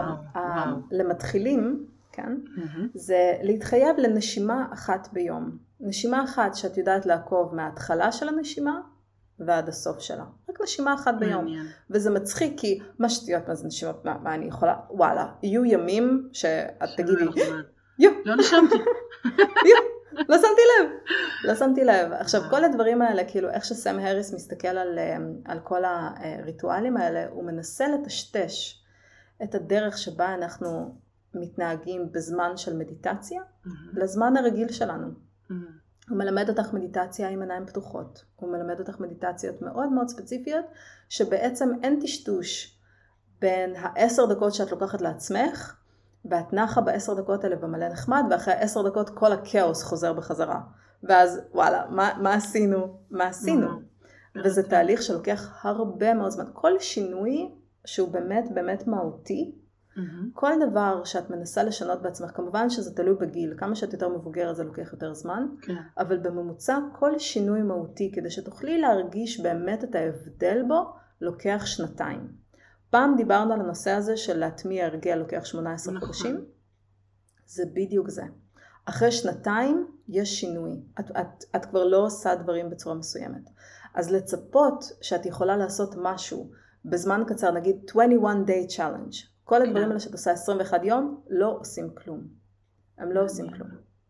למתחילים, כן, זה להתחייב לנשימה אחת ביום. נשימה אחת שאת יודעת לעקוב מההתחלה של הנשימה, ועד הסוף שלה. רק נשימה אחת ביום. וזה מצחיק, כי מה שטויות, מה זה נשימה, מה, מה אני יכולה, וואלה, יהיו ימים שאת תגידי, יו, לא נשמתי. יו, לא שמתי לב. לא שמתי לב. עכשיו, כל הדברים האלה, כאילו, איך שסם הריס מסתכל על, על כל הריטואלים האלה, הוא מנסה לטשטש את הדרך שבה אנחנו מתנהגים בזמן של מדיטציה, לזמן הרגיל שלנו. הוא מלמד אותך מדיטציה עם עיניים פתוחות. הוא מלמד אותך מדיטציות מאוד מאוד ספציפיות, שבעצם אין טשטוש בין העשר דקות שאת לוקחת לעצמך, ואת נחה בעשר דקות האלה במלא נחמד, ואחרי עשר דקות כל הכאוס חוזר בחזרה. ואז וואלה, מה, מה עשינו? מה עשינו? וזה תהליך שלוקח הרבה מאוד זמן. כל שינוי שהוא באמת באמת מהותי, כל דבר שאת מנסה לשנות בעצמך, כמובן שזה תלוי בגיל, כמה שאת יותר מבוגרת זה לוקח יותר זמן, אבל בממוצע כל שינוי מהותי, כדי שתוכלי להרגיש באמת את ההבדל בו, לוקח שנתיים. פעם דיברנו על הנושא הזה של להטמיע הרגל לוקח שמונה עשרה חודשים, זה בדיוק זה. אחרי שנתיים יש שינוי, את, את, את כבר לא עושה דברים בצורה מסוימת. אז לצפות שאת יכולה לעשות משהו בזמן קצר, נגיד עשרים ואחד day challenge, כל הדברים האלה שאת עושה עשרים ואחד יום, לא עושים כלום. הם לא עושים כלום.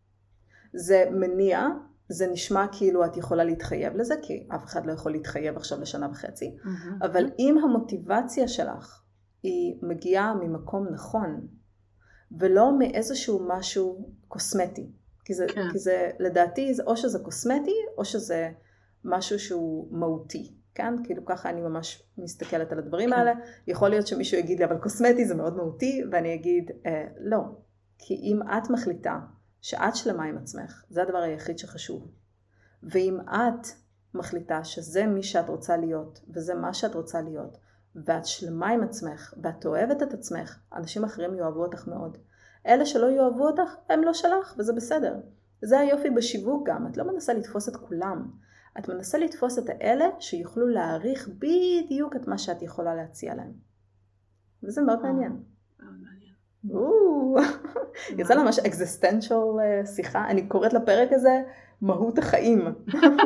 זה מניע, זה נשמע כאילו את יכולה להתחייב לזה, כי אף אחד לא יכול להתחייב עכשיו לשנה וחצי, אבל אם המוטיבציה שלך היא מגיעה ממקום נכון, ולא מאיזשהו משהו קוסמטי, כי זה, כי זה לדעתי, או שזה קוסמטי, או שזה משהו שהוא מהותי. כן? כאילו ככה אני ממש מסתכלת על הדברים האלה. יכול להיות שמישהו יגיד לי, אבל קוסמטי זה מאוד מהותי, ואני אגיד, אה, לא. כי אם את מחליטה שאת שלמה עם עצמך, זה הדבר היחיד שחשוב. ואם את מחליטה שזה מי שאת רוצה להיות, וזה מה שאת רוצה להיות, ואת שלמה עם עצמך, ואת אוהבת את עצמך, אנשים אחרים יאהבו אותך מאוד. אלה שלא יאהבו אותך, הם לא שלך, וזה בסדר. זה היופי בשיווק גם, את לא מנסה לתפוס את כולם. את מנסה לתפוס את האלה שיוכלו להעריך בדיוק את מה שאת יכולה להציע להם. וזה מאוד מעניין. מאוד מעניין. יצא לה ממש אקזיסטנציאל שיחה, אני קוראת לפרק הזה מהות החיים.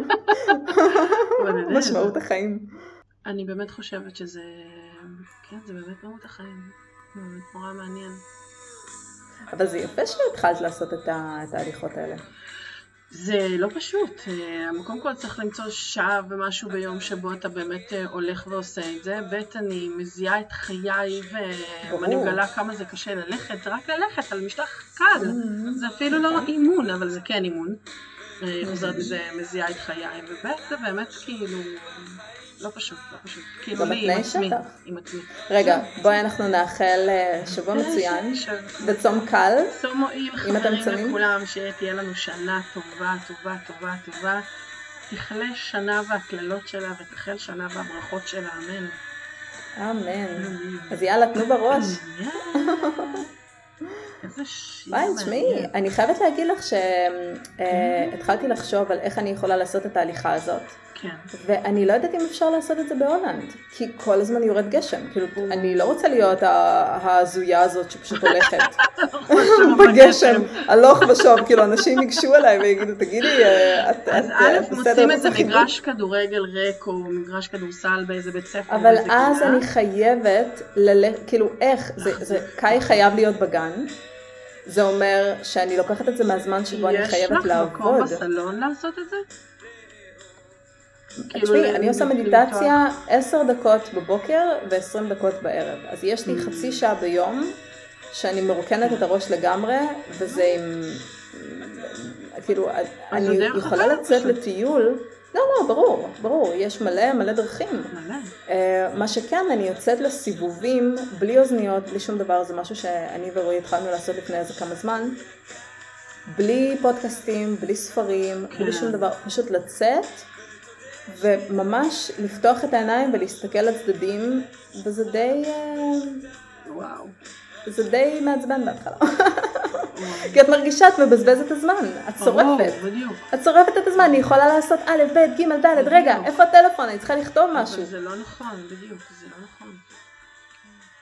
משמעות החיים. אני באמת חושבת שזה, כן, זה באמת מהות החיים. באמת נורא מעניין. אבל זה יפה שהתחלת לעשות את ההליכות האלה. זה לא פשוט, קודם כל צריך למצוא שעה ומשהו ביום שבו אתה באמת הולך ועושה את זה, בית אני מזיעה את חיי ואני מגלה כמה זה קשה ללכת, זה רק ללכת על משטח קל, זה אפילו לא אימון, אבל זה כן אימון, חוזרת מזה מזיעה את חיי, ובית זה באמת כאילו לא פשוט, לא פשוט, כאילו לי עם עצמי, עם עצמי. רגע, בואי אנחנו נאחל שבוע מצוין, וצום קל, צום מועיל, חברים לכולם, שתהיה לנו שנה טובה, טובה, טובה, טובה, תכלה שנה והכללות שלה, ותחל שנה והברכות שלה, אמן. אמן. אז יאללה, תנו בראש. איזה שיר. ביי, תשמעי, אני חייבת להגיד לך שהתחלתי לחשוב על איך אני יכולה לעשות את ההליכה הזאת. כן. ואני לא יודעת אם אפשר לעשות את זה בהולנד, כי כל הזמן יורד גשם. כאילו, אני לא רוצה להיות ההזויה הזאת שפשוט הולכת בגשם, הלוך ושוב. כאילו, אנשים ייגשו אליי ויגידו, תגידי, את בסדר? אז א', מוצאים את זה מגרש כדורגל ריק, או מגרש כדורסל באיזה בית ספר. אבל אז אני חייבת, כאילו, איך, זה קאי חייב להיות בגן. זה אומר שאני לוקחת את זה מהזמן שבו אני חייבת לעבוד. יש לך מקום בסלון לעשות את זה? תשמעי, אני עושה מדיטציה עשר דקות בבוקר ו-עשרים דקות בערב. אז יש לי חצי שעה ביום שאני מרוקנת את הראש לגמרי, וזה עם... כאילו, אני יכולה לצאת לטיול. לא, לא, ברור, ברור. יש מלא, מלא דרכים. מה שכן, אני יוצאת לסיבובים בלי אוזניות, בלי שום דבר. זה משהו שאני ורועי התחלנו לעשות לפני איזה כמה זמן. בלי פודקאסטים, בלי ספרים, בלי שום דבר. פשוט לצאת. וממש לפתוח את העיניים ולהסתכל על צדדים, וזה די... וואו. זה די מעצבן בהתחלה. כי את מרגישה, את מבזבזת את הזמן, את שורפת. בדיוק. את שורפת את הזמן, אני יכולה לעשות א', ב', ג', ד', רגע, איפה הטלפון? אני צריכה לכתוב משהו. אבל זה לא נכון, בדיוק, זה לא נכון.